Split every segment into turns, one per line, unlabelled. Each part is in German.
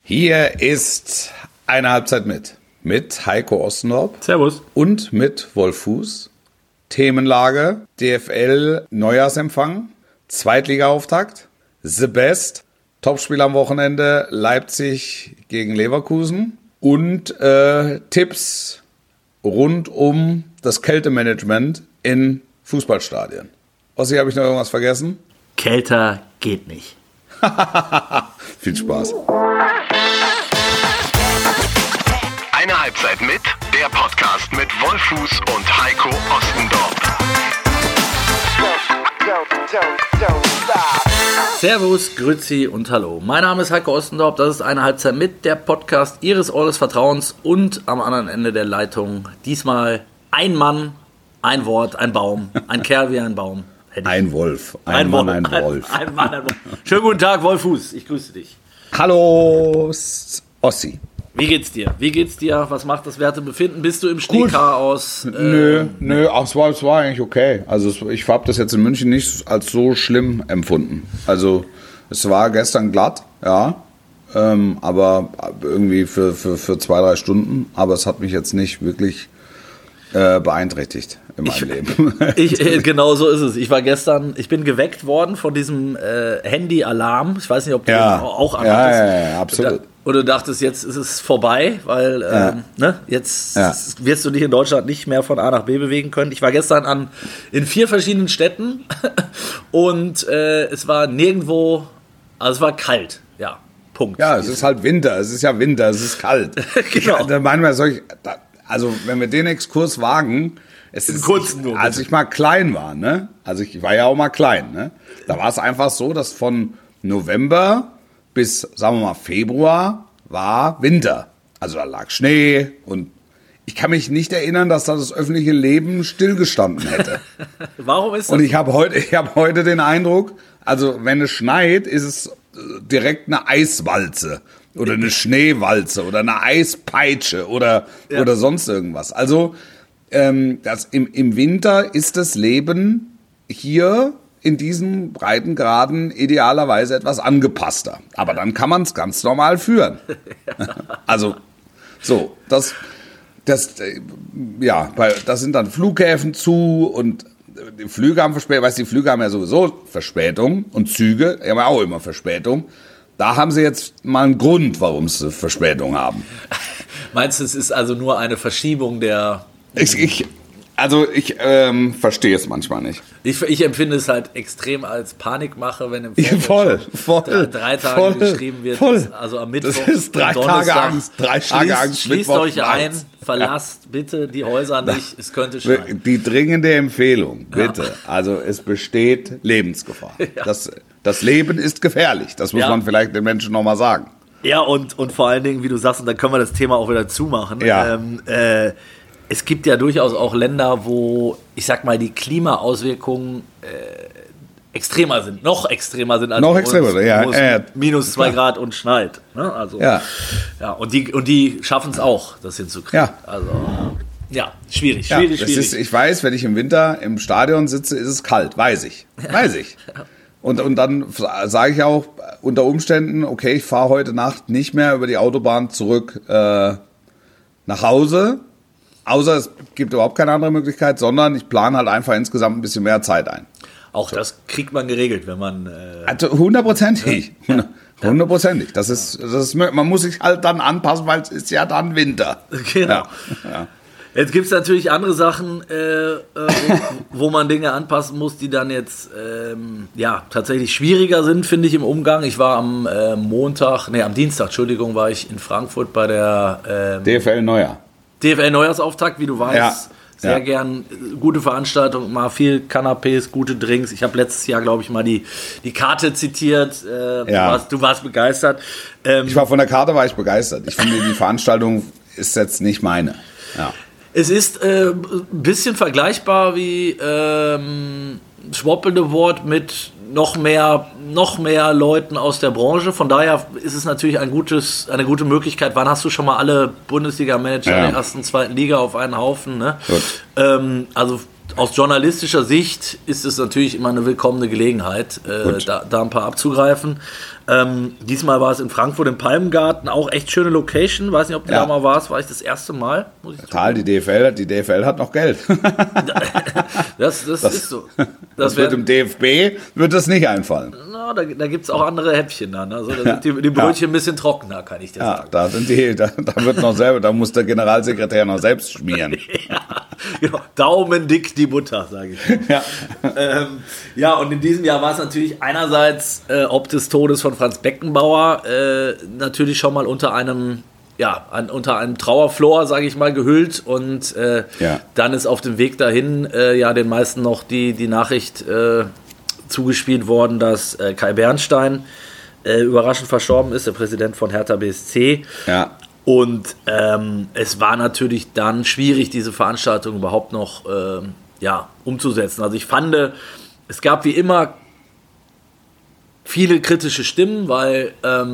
Hier ist eine Halbzeit mit Heiko Ostendorp.
Servus.
Und mit Wolf Fuß. Themenlage, DFL Neujahrsempfang, Zweitliga-Auftakt, The Best, Topspiel am Wochenende, Leipzig gegen Leverkusen und Tipps rund um das Kältemanagement in Fußballstadien. Ossi, habe ich noch irgendwas vergessen?
Kälter geht nicht.
Viel Spaß.
Eine Halbzeit mit, der Podcast mit Wolf Fuß und Heiko Ostendorp.
Servus, Grüezi und Hallo. Mein Name ist Heiko Ostendorp, das ist eine Halbzeit mit, der Podcast Ihres Ohres Vertrauens und am anderen Ende der Leitung diesmal ein Mann, ein Wort, ein Baum, ein Kerl wie ein Baum.
Ein Wolf, ein Mann, ein Wolf.
Ein Mann, ein Wolf. Schönen guten Tag, Wolf Fuß, ich grüße dich.
Hallo, Ossi.
Wie geht's dir? Was macht das Wertebefinden? Bist du im Schneechaos?
Nö, es war eigentlich okay. Also ich habe das jetzt in München nicht als so schlimm empfunden. Also es war gestern glatt, ja, aber irgendwie für 2-3 Stunden. Aber es hat mich jetzt nicht wirklich beeinträchtigt in meinem Leben.
Genau so ist es. Ich bin geweckt worden von diesem Handy-Alarm. Ich weiß nicht, ob du den auch anhattest.
Ja, absolut.
Und du dachtest, jetzt ist es vorbei, weil jetzt wirst du dich in Deutschland nicht mehr von A nach B bewegen können. Ich war gestern in 4 verschiedenen Städten und es war nirgendwo, also es war kalt, ja, Punkt.
Ja, es ist halt Winter, es ist kalt.
Genau.
Also wenn wir den Exkurs wagen, als ich mal klein war, ne? Also ich war ja auch mal klein, ne? Da war es einfach so, dass von November bis, sagen wir mal, Februar war Winter. Also da lag Schnee und ich kann mich nicht erinnern, dass da das öffentliche Leben stillgestanden hätte.
Warum ist das?
Und ich habe heute den Eindruck, also wenn es schneit, ist es direkt eine Eiswalze oder eine Schneewalze oder eine Eispeitsche oder sonst irgendwas. Also im Winter ist das Leben hier in diesen Breitengraden idealerweise etwas angepasster. Aber dann kann man es ganz normal führen. Also, so, das sind dann Flughäfen zu und die Flüge haben Verspätung. Die Flüge haben ja sowieso Verspätung und Züge haben ja auch immer Verspätung. Da haben sie jetzt mal einen Grund, warum sie Verspätung haben.
Meinst du, es ist also nur eine Verschiebung der...
Ich verstehe es manchmal nicht.
Ich empfinde es halt extrem als Panikmache, wenn im
Vorfeld
3 Tage geschrieben wird. Also am Mittwoch.
Das ist 3 Tage Angst. 3 Tage Angst.
Schließt euch ein, verlasst bitte die Häuser nicht, es könnte schneien.
Die dringende Empfehlung, bitte. Ja. Also es besteht Lebensgefahr. Ja. Das Leben ist gefährlich. Das muss man vielleicht den Menschen nochmal sagen.
Ja, und vor allen Dingen, wie du sagst, und dann können wir das Thema auch wieder zumachen.
Ja.
Es gibt ja durchaus auch Länder, wo, ich sag mal, die Klimaauswirkungen extremer sind, noch extremer sind als
noch
wo
extremer,
es minus 2 Grad und schneit. Ne? Also, ja, und die schaffen es auch, das hinzukriegen. Ja. Also, ja, schwierig.
Ich weiß, wenn ich im Winter im Stadion sitze, ist es kalt, weiß ich. Und dann sage ich auch unter Umständen, okay, ich fahre heute Nacht nicht mehr über die Autobahn zurück nach Hause, außer es gibt überhaupt keine andere Möglichkeit, sondern ich plane halt einfach insgesamt ein bisschen mehr Zeit ein.
Auch das kriegt man geregelt, wenn man...
Also 100%ig. 100%ig. Das ist, man muss sich halt dann anpassen, weil es ist ja dann Winter.
Genau. Ja. Jetzt gibt es natürlich andere Sachen, wo man Dinge anpassen muss, die dann jetzt tatsächlich schwieriger sind, finde ich, im Umgang. Ich war am Dienstag, war ich in Frankfurt bei der DFL-Neujahrsauftakt, wie du weißt. Sehr gern, gute Veranstaltung, mal viel Canapés, gute Drinks. Ich habe letztes Jahr, glaube ich, mal die Karte zitiert. Du warst begeistert.
Ich war von der Karte begeistert. Ich finde, die Veranstaltung ist jetzt nicht meine. Ja.
Es ist ein bisschen vergleichbar wie Schwoppel Award mit noch mehr Leuten aus der Branche. Von daher ist es natürlich eine gute Möglichkeit. Wann hast du schon mal alle Bundesliga-Manager der ersten, zweiten Liga auf einen Haufen? Ne? Also aus journalistischer Sicht ist es natürlich immer eine willkommene Gelegenheit, da ein paar abzugreifen. Diesmal war es in Frankfurt im Palmgarten, auch echt schöne Location. Weiß nicht, ob du da mal warst, war ich das erste Mal. Muss ich
Total, die DFL hat noch Geld.
Das ist so.
Das wird im DFB wird das nicht einfallen.
Na, da gibt es auch andere Häppchen dann. Also da sind die Brötchen ein bisschen trockener, kann ich dir sagen.
Da wird noch selber, da muss der Generalsekretär noch selbst schmieren.
Ja, genau. Daumendick die Butter, sage ich. Ja. Und in diesem Jahr war es natürlich einerseits ob des Todes von Franz Beckenbauer natürlich schon mal unter einem Trauerflor, sage ich mal, gehüllt und dann ist auf dem Weg dahin den meisten noch die Nachricht zugespielt worden, dass Kai Bernstein überraschend verstorben ist, der Präsident von Hertha BSC.
Ja.
Und es war natürlich dann schwierig, diese Veranstaltung überhaupt noch umzusetzen. Also ich fand, es gab wie immer viele kritische Stimmen, weil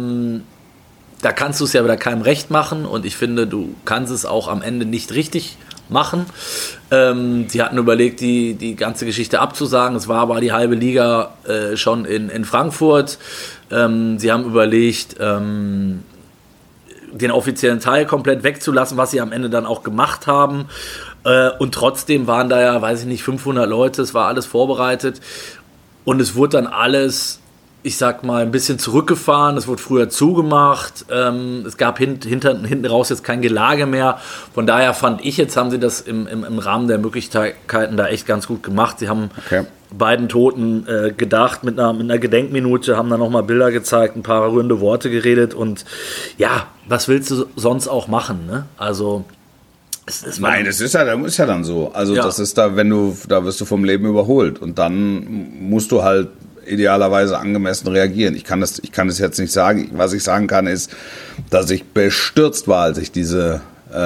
da kannst du es ja wieder keinem recht machen und ich finde, du kannst es auch am Ende nicht richtig machen. Sie hatten überlegt, die ganze Geschichte abzusagen. Es war aber die halbe Liga schon in Frankfurt. Sie haben überlegt, den offiziellen Teil komplett wegzulassen, was sie am Ende dann auch gemacht haben. Und trotzdem waren da ja, weiß ich nicht, 500 Leute. Es war alles vorbereitet. Und es wurde dann alles, ich sag mal, ein bisschen zurückgefahren, es wurde früher zugemacht, es gab hinten raus jetzt kein Gelage mehr, von daher fand ich, jetzt haben sie das im Rahmen der Möglichkeiten da echt ganz gut gemacht, sie haben beiden Toten gedacht mit einer Gedenkminute, haben dann nochmal Bilder gezeigt, ein paar rührende Worte geredet und ja, was willst du sonst auch machen, ne? Also
nein, das ist ja dann so, also das ist da, da wirst du vom Leben überholt und dann musst du halt idealerweise angemessen reagieren. Ich kann das jetzt nicht sagen. Was ich sagen kann, ist, dass ich bestürzt war, als ich diese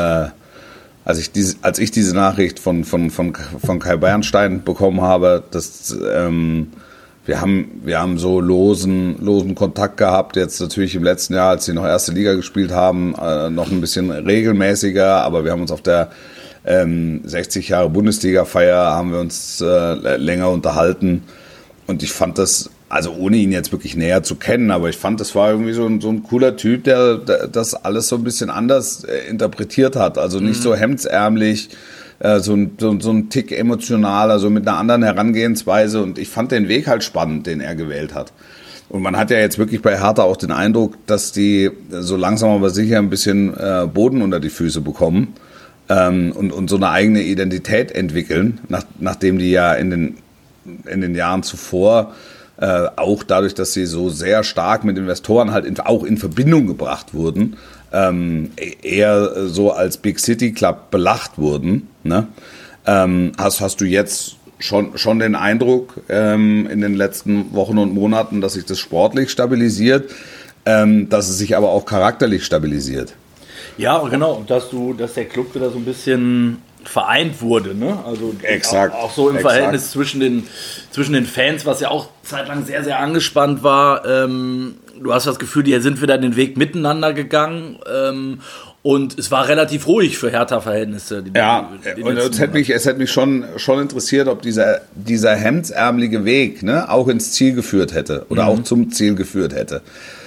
Nachricht von Kai Bernstein bekommen habe, dass wir haben so losen Kontakt gehabt, jetzt natürlich im letzten Jahr, als sie noch erste Liga gespielt haben, noch ein bisschen regelmäßiger, aber wir haben uns auf der 60 Jahre Bundesliga-Feier haben wir uns länger unterhalten. Und ich fand das, also ohne ihn jetzt wirklich näher zu kennen, aber ich fand, das war irgendwie so ein cooler Typ, der das alles so ein bisschen anders interpretiert hat. Also nicht so hemdsärmlich, so ein Tick emotional, also mit einer anderen Herangehensweise. Und ich fand den Weg halt spannend, den er gewählt hat. Und man hat ja jetzt wirklich bei Hertha auch den Eindruck, dass die so langsam aber sicher ein bisschen Boden unter die Füße bekommen und so eine eigene Identität entwickeln, nachdem die ja in den Jahren zuvor, auch dadurch, dass sie so sehr stark mit Investoren halt auch in Verbindung gebracht wurden, eher so als Big City Club belacht wurden. Ne? Hast du jetzt schon den Eindruck in den letzten Wochen und Monaten, dass sich das sportlich stabilisiert, dass es sich aber auch charakterlich stabilisiert?
Ja, genau. Und dass der Club wieder so ein bisschen vereint wurde, ne? Also
exakt,
auch so im Verhältnis zwischen den Fans, was ja auch zeitlang sehr, sehr angespannt war. Du hast das Gefühl, die sind wieder den Weg miteinander gegangen. Und es war relativ ruhig für Hertha-Verhältnisse.
Und es hätte mich schon interessiert, ob dieser hemdsärmelige Weg, ne, auch ins Ziel geführt hätte oder auch zum Ziel geführt hätte.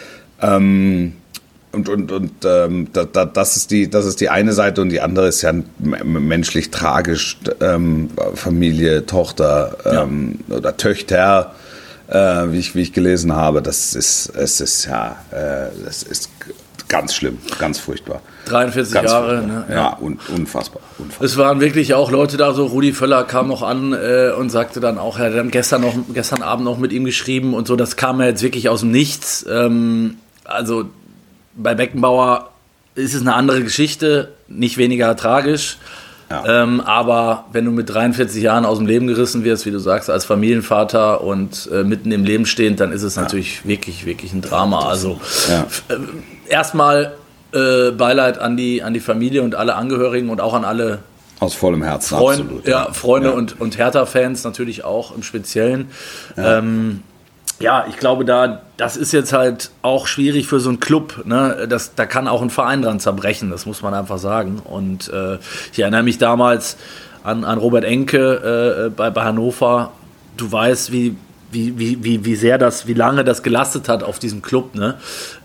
Das ist die eine Seite und die andere ist ja menschlich tragisch. Familie, Tochter oder Töchter, wie ich gelesen habe, es ist ganz schlimm, ganz furchtbar.
43
ganz
Jahre.
Furchtbar.
Ne?
Ja, unfassbar.
Es waren wirklich auch Leute da, so Rudi Völler kam noch an und sagte dann auch, er hat gestern Abend noch mit ihm geschrieben und so, das kam ja jetzt wirklich aus dem Nichts. Also bei Beckenbauer ist es eine andere Geschichte, nicht weniger tragisch. Ja. Aber wenn du mit 43 Jahren aus dem Leben gerissen wirst, wie du sagst, als Familienvater und mitten im Leben stehend, dann ist es natürlich wirklich, wirklich ein Drama. Also erstmal Beileid an die Familie und alle Angehörigen und auch an alle
aus vollem Herzen,
absolut. Ja, Freunde und Hertha-Fans natürlich auch im Speziellen. Ja. Ich glaube, das ist jetzt halt auch schwierig für so einen Club. Ne? Da kann auch ein Verein dran zerbrechen, das muss man einfach sagen. Und ich erinnere mich damals, an Robert Enke bei Hannover. Du weißt, wie sehr wie lange das gelastet hat auf diesem Club. Ne?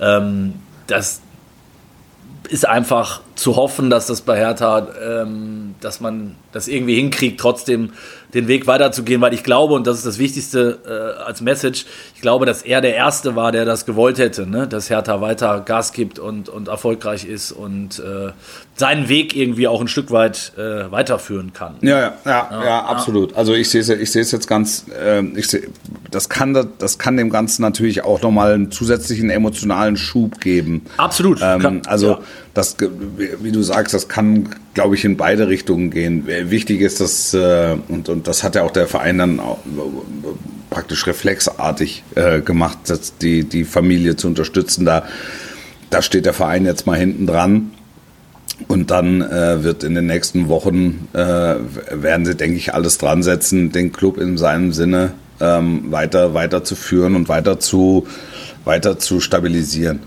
Das ist einfach zu hoffen, dass das bei Hertha, dass man das irgendwie hinkriegt, trotzdem den Weg weiterzugehen, weil ich glaube, und das ist das Wichtigste als Message, ich glaube, dass er der Erste war, der das gewollt hätte, ne? Dass Hertha weiter Gas gibt und erfolgreich ist und seinen Weg irgendwie auch ein Stück weit weiterführen kann.
Ja, absolut. Also ich sehe es jetzt ganz, das kann dem Ganzen natürlich auch nochmal einen zusätzlichen emotionalen Schub geben.
Absolut.
Das, wie du sagst, das kann, glaube ich, in beide Richtungen gehen. Wichtig ist, dass, und das hat ja auch der Verein dann auch praktisch reflexartig gemacht, dass die Familie zu unterstützen. Da steht der Verein jetzt mal hinten dran. Und dann wird in den nächsten Wochen, werden sie, denke ich, alles dran setzen, den Club in seinem Sinne weiter zu und weiter zu stabilisieren.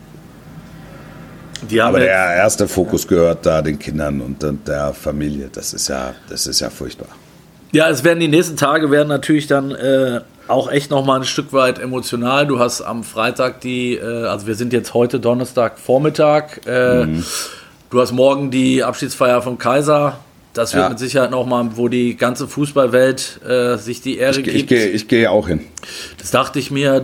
Aber der erste Fokus gehört da den Kindern und der Familie. Das ist ja furchtbar.
Ja, die nächsten Tage werden natürlich dann auch echt nochmal ein Stück weit emotional. Du hast am Freitag also wir sind jetzt heute Donnerstag Vormittag, du hast morgen die Abschiedsfeier vom Kaiser. Das wird mit Sicherheit nochmal, wo die ganze Fußballwelt sich die Ehre gibt.
Ich gehe auch hin.
Das dachte ich mir.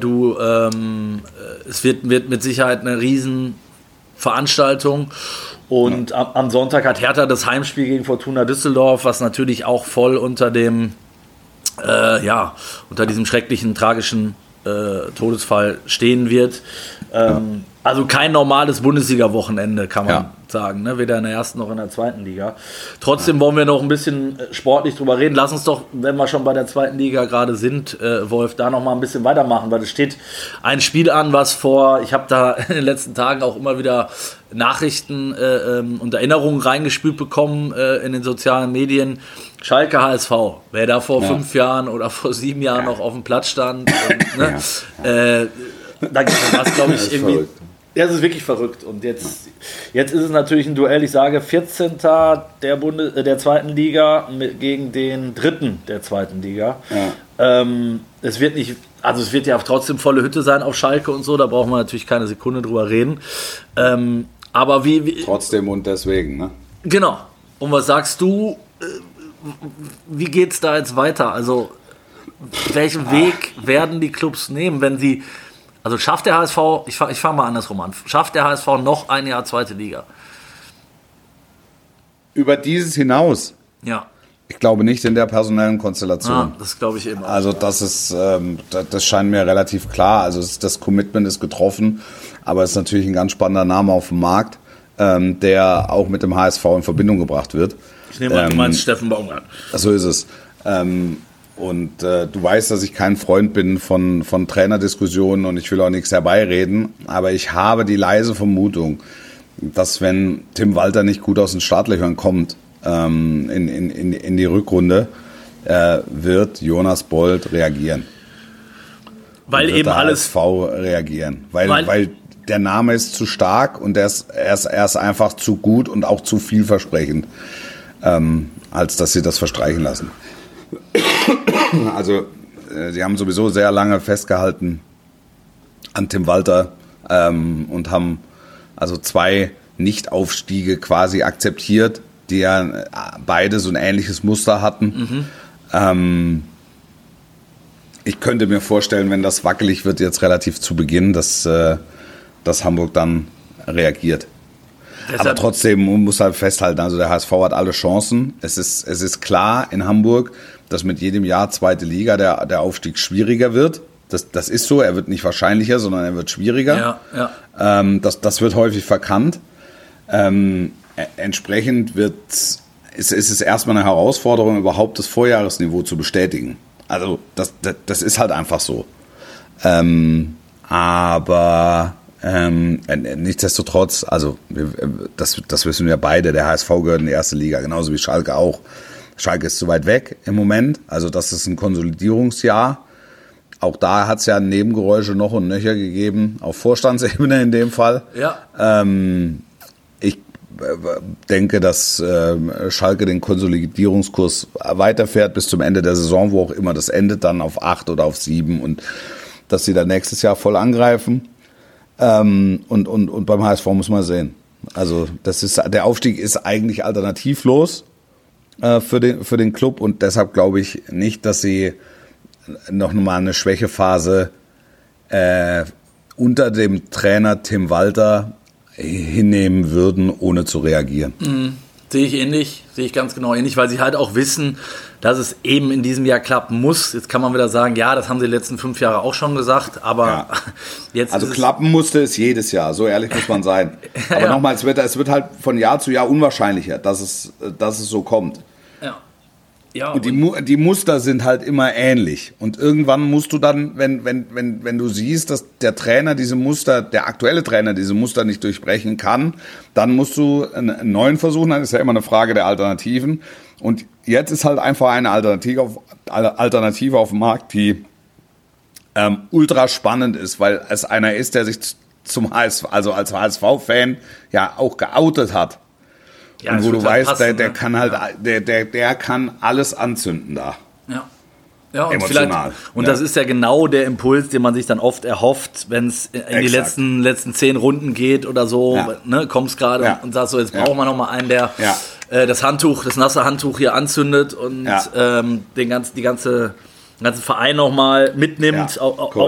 Es wird mit Sicherheit eine Riesenveranstaltung. Und am Sonntag hat Hertha das Heimspiel gegen Fortuna Düsseldorf, was natürlich auch voll unter diesem schrecklichen, tragischen Todesfall stehen wird. Also kein normales Bundesliga-Wochenende, kann man sagen, ne? Weder in der ersten noch in der zweiten Liga. Trotzdem wollen wir noch ein bisschen sportlich drüber reden. Lass uns doch, wenn wir schon bei der zweiten Liga gerade sind, Wolf, da noch mal ein bisschen weitermachen, weil es steht ein Spiel an, ich habe da in den letzten Tagen auch immer wieder Nachrichten und Erinnerungen reingespült bekommen in den sozialen Medien. Schalke HSV, wer da vor 5 Jahren oder vor 7 Jahren noch auf dem Platz stand, da war es, glaube ich, irgendwie. Ja, es ist wirklich verrückt. Und jetzt ist es natürlich ein Duell. Ich sage 14. der zweiten Liga gegen den 3. der zweiten Liga. Ja. Es wird ja trotzdem volle Hütte sein auf Schalke und so. Da brauchen wir natürlich keine Sekunde drüber reden. Aber wie
trotzdem und deswegen, ne?
Genau. Und was sagst du? Wie geht's da jetzt weiter? Also welchen Weg werden die Clubs nehmen, wenn sie Also schafft der HSV, ich fange mal andersrum an, schafft der HSV noch ein Jahr zweite Liga?
Über dieses hinaus?
Ja.
Ich glaube nicht in der personellen Konstellation.
Das glaube ich eben auch.
Also das scheint mir relativ klar. Also das Commitment ist getroffen, aber es ist natürlich ein ganz spannender Name auf dem Markt, der auch mit dem HSV in Verbindung gebracht wird.
Ich nehme an, du meinst Steffen Baumgart.
So ist es. Und du weißt, dass ich kein Freund bin von Trainerdiskussionen und ich will auch nichts herbeireden, aber ich habe die leise Vermutung, dass wenn Tim Walter nicht gut aus den Startlöchern kommt in die Rückrunde, wird Jonas Bold reagieren.
Weil eben alles
HSV reagieren. Weil der Name ist zu stark und er ist einfach zu gut und auch zu vielversprechend, als dass sie das verstreichen lassen. Also, sie haben sowieso sehr lange festgehalten an Tim Walter und haben also 2 Nicht-Aufstiege quasi akzeptiert, die ja beide so ein ähnliches Muster hatten. Ich könnte mir vorstellen, wenn das wackelig wird jetzt relativ zu Beginn, dass Hamburg dann reagiert. Aber trotzdem muss halt festhalten, also der HSV hat alle Chancen. Es ist klar in Hamburg, dass mit jedem Jahr zweite Liga der Aufstieg schwieriger wird. Das ist so, er wird nicht wahrscheinlicher, sondern er wird schwieriger. Ja. Das wird häufig verkannt. Entsprechend ist es erstmal eine Herausforderung, überhaupt das Vorjahresniveau zu bestätigen. Also das ist halt einfach so. Aber nichtsdestotrotz, also das wissen wir beide, der HSV gehört in die erste Liga, genauso wie Schalke auch. Schalke ist zu weit weg im Moment, also das ist ein Konsolidierungsjahr. Auch da hat es ja Nebengeräusche noch und nöcher gegeben, auf Vorstandsebene in dem Fall.
Ja.
Ich denke, dass Schalke den Konsolidierungskurs weiterfährt bis zum Ende der Saison, wo auch immer das endet, dann auf 8 oder auf 7 und dass sie dann nächstes Jahr voll angreifen. Und beim HSV muss man sehen. Also der Aufstieg ist eigentlich alternativlos für den Club und deshalb glaube ich nicht, dass sie noch mal eine Schwächephase unter dem Trainer Tim Walter hinnehmen würden, ohne zu reagieren.
Sehe ich ähnlich, sehe ich ganz genau ähnlich, weil sie halt auch wissen, dass es eben in diesem Jahr klappen muss. Jetzt kann man wieder sagen, ja, das haben sie die letzten 5 Jahre auch schon gesagt, aber jetzt
also
ist
klappen musste es jedes Jahr, so ehrlich muss man sein. Aber nochmal, es wird halt von Jahr zu Jahr unwahrscheinlicher, dass es so kommt.
Ja,
und die Muster sind halt immer ähnlich. Und irgendwann musst du dann, wenn du siehst, dass der aktuelle Trainer diese Muster nicht durchbrechen kann, dann musst du einen neuen versuchen. Dann ist ja immer eine Frage der Alternativen. Und jetzt ist halt einfach eine Alternative auf dem Markt, die ultra spannend ist, weil es einer ist, der sich also als HSV-Fan ja auch geoutet hat. Ja, und wo du weißt, passen, der kann halt, der kann alles anzünden da.
Ja, und emotional. Und das ist ja genau der Impuls, den man sich dann oft erhofft, wenn es in die letzten 10 Runden geht oder so, ne, kommst gerade und sagst so, jetzt brauchen wir noch mal einen, der das nasse Handtuch hier anzündet und den ganzen Verein noch mal mitnimmt,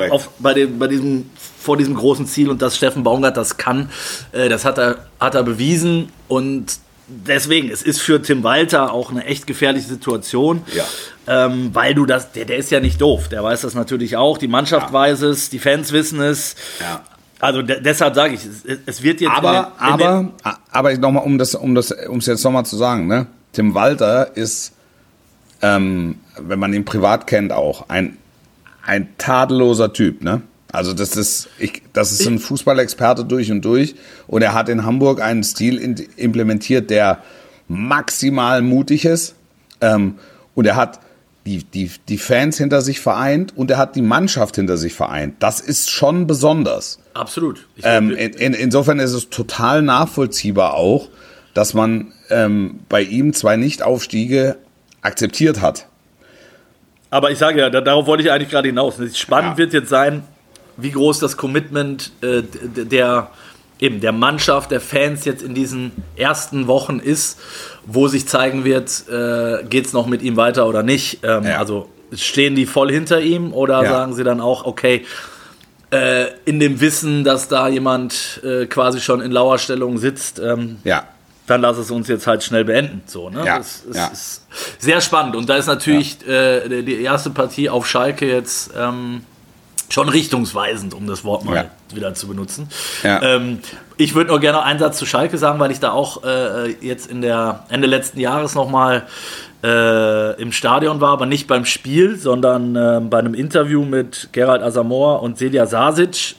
vor diesem großen Ziel, und dass Steffen Baumgart das kann, das hat er bewiesen. Und deswegen, es ist für Tim Walter auch eine echt gefährliche Situation, weil der ist ja nicht doof, der weiß das natürlich auch, die Mannschaft weiß es, die Fans wissen es, also deshalb sage ich, es wird jetzt...
Aber nochmal, um es jetzt nochmal zu sagen, ne? Tim Walter ist, wenn man ihn privat kennt auch, ein tadelloser Typ, ne? Also das ist ein Fußballexperte durch und durch, und er hat in Hamburg einen Stil implementiert, der maximal mutig ist, und er hat die Fans hinter sich vereint und er hat die Mannschaft hinter sich vereint. Das ist schon besonders.
Absolut.
Insofern ist es total nachvollziehbar auch, dass man bei ihm 2 Nichtaufstiege akzeptiert hat.
Aber ich sage ja, darauf wollte ich eigentlich gerade hinaus. Spannend wird jetzt sein, wie groß das Commitment der Mannschaft, der Fans jetzt in diesen ersten Wochen ist, wo sich zeigen wird, geht es noch mit ihm weiter oder nicht. Also stehen die voll hinter ihm oder sagen sie dann auch, okay, in dem Wissen, dass da jemand quasi schon in Lauerstellung sitzt, dann lass es uns jetzt halt schnell beenden. So, ne? Das ist sehr spannend. Und da ist natürlich die erste Partie auf Schalke jetzt schon richtungsweisend, um das Wort mal wieder zu benutzen. Ich würde noch gerne einen Satz zu Schalke sagen, weil ich da auch jetzt Ende letzten Jahres nochmal im Stadion war, aber nicht beim Spiel, sondern bei einem Interview mit Gerald Asamoah und Selja Sasic,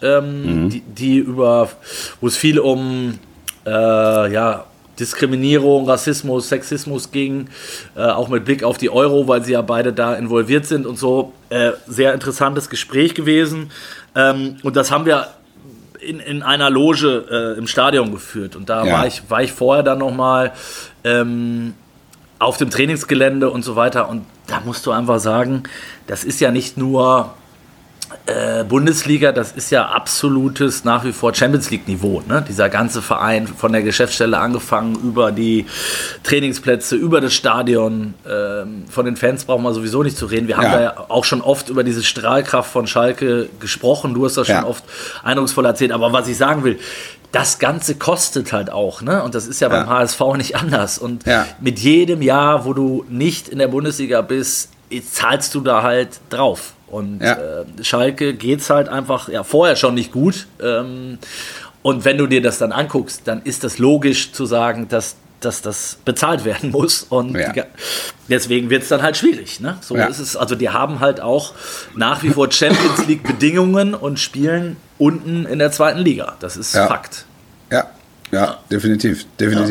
wo es viel um Diskriminierung, Rassismus, Sexismus ging, auch mit Blick auf die Euro, weil sie ja beide da involviert sind und so. Sehr interessantes Gespräch gewesen. Und das haben wir in einer Loge im Stadion geführt. Und da war ich vorher dann nochmal auf dem Trainingsgelände und so weiter. Und da musst du einfach sagen, das ist ja nicht nur Bundesliga, das ist ja absolutes nach wie vor Champions League Niveau, ne? Dieser ganze Verein, von der Geschäftsstelle angefangen, über die Trainingsplätze, über das Stadion, von den Fans brauchen wir sowieso nicht zu reden. Wir haben da ja auch schon oft über diese Strahlkraft von Schalke gesprochen, du hast das schon oft eindrucksvoll erzählt, aber was ich sagen will, das Ganze kostet halt auch, ne? Und das ist ja beim HSV nicht anders. Und mit jedem Jahr, wo du nicht in der Bundesliga bist, zahlst du da halt drauf. Und Schalke geht's halt einfach vorher schon nicht gut. Und wenn du dir das dann anguckst, dann ist das logisch zu sagen, dass das bezahlt werden muss. Und deswegen wird's dann halt schwierig. Ne? So ist es. Also die haben halt auch nach wie vor Champions League Bedingungen und spielen unten in der 2. Liga. Das ist Fakt.
Ja, definitiv.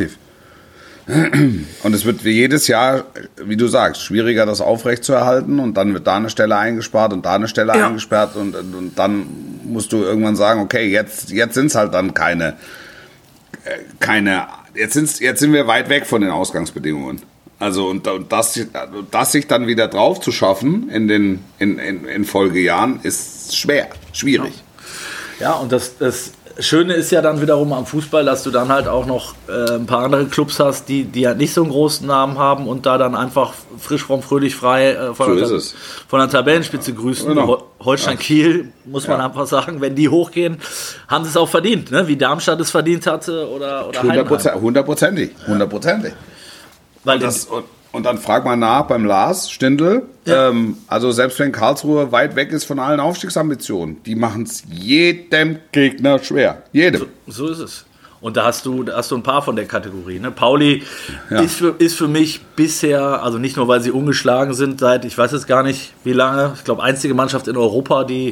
Und es wird wie jedes Jahr, wie du sagst, schwieriger, das aufrechtzuerhalten, und dann wird da eine Stelle eingespart und da eine Stelle eingesperrt, und dann musst du irgendwann sagen, okay, jetzt sind es halt dann keine jetzt sind wir weit weg von den Ausgangsbedingungen. Also und das sich dann wieder drauf zu schaffen in Folgejahren ist schwierig.
Ja, und das Schöne ist ja dann wiederum am Fußball, dass du dann halt auch noch ein paar andere Clubs hast, die halt nicht so einen großen Namen haben und da dann einfach frisch, fromm, fröhlich, frei von der Tabellenspitze grüßen. Genau. Holstein Kiel, muss man einfach sagen, wenn die hochgehen, haben sie es auch verdient, ne? Wie Darmstadt es verdient hatte oder Heidenheim.
Hundertprozentig. Weil und dann fragt man nach beim Lars Stindl. Ja. Also selbst wenn Karlsruhe weit weg ist von allen Aufstiegsambitionen, die machen es jedem Gegner schwer. Jedem.
So ist es. Und da hast du ein paar von der Kategorie. Ne? Pauli ist für mich bisher, also nicht nur, weil sie ungeschlagen sind seit, ich weiß jetzt gar nicht wie lange, ich glaube einzige Mannschaft in Europa, die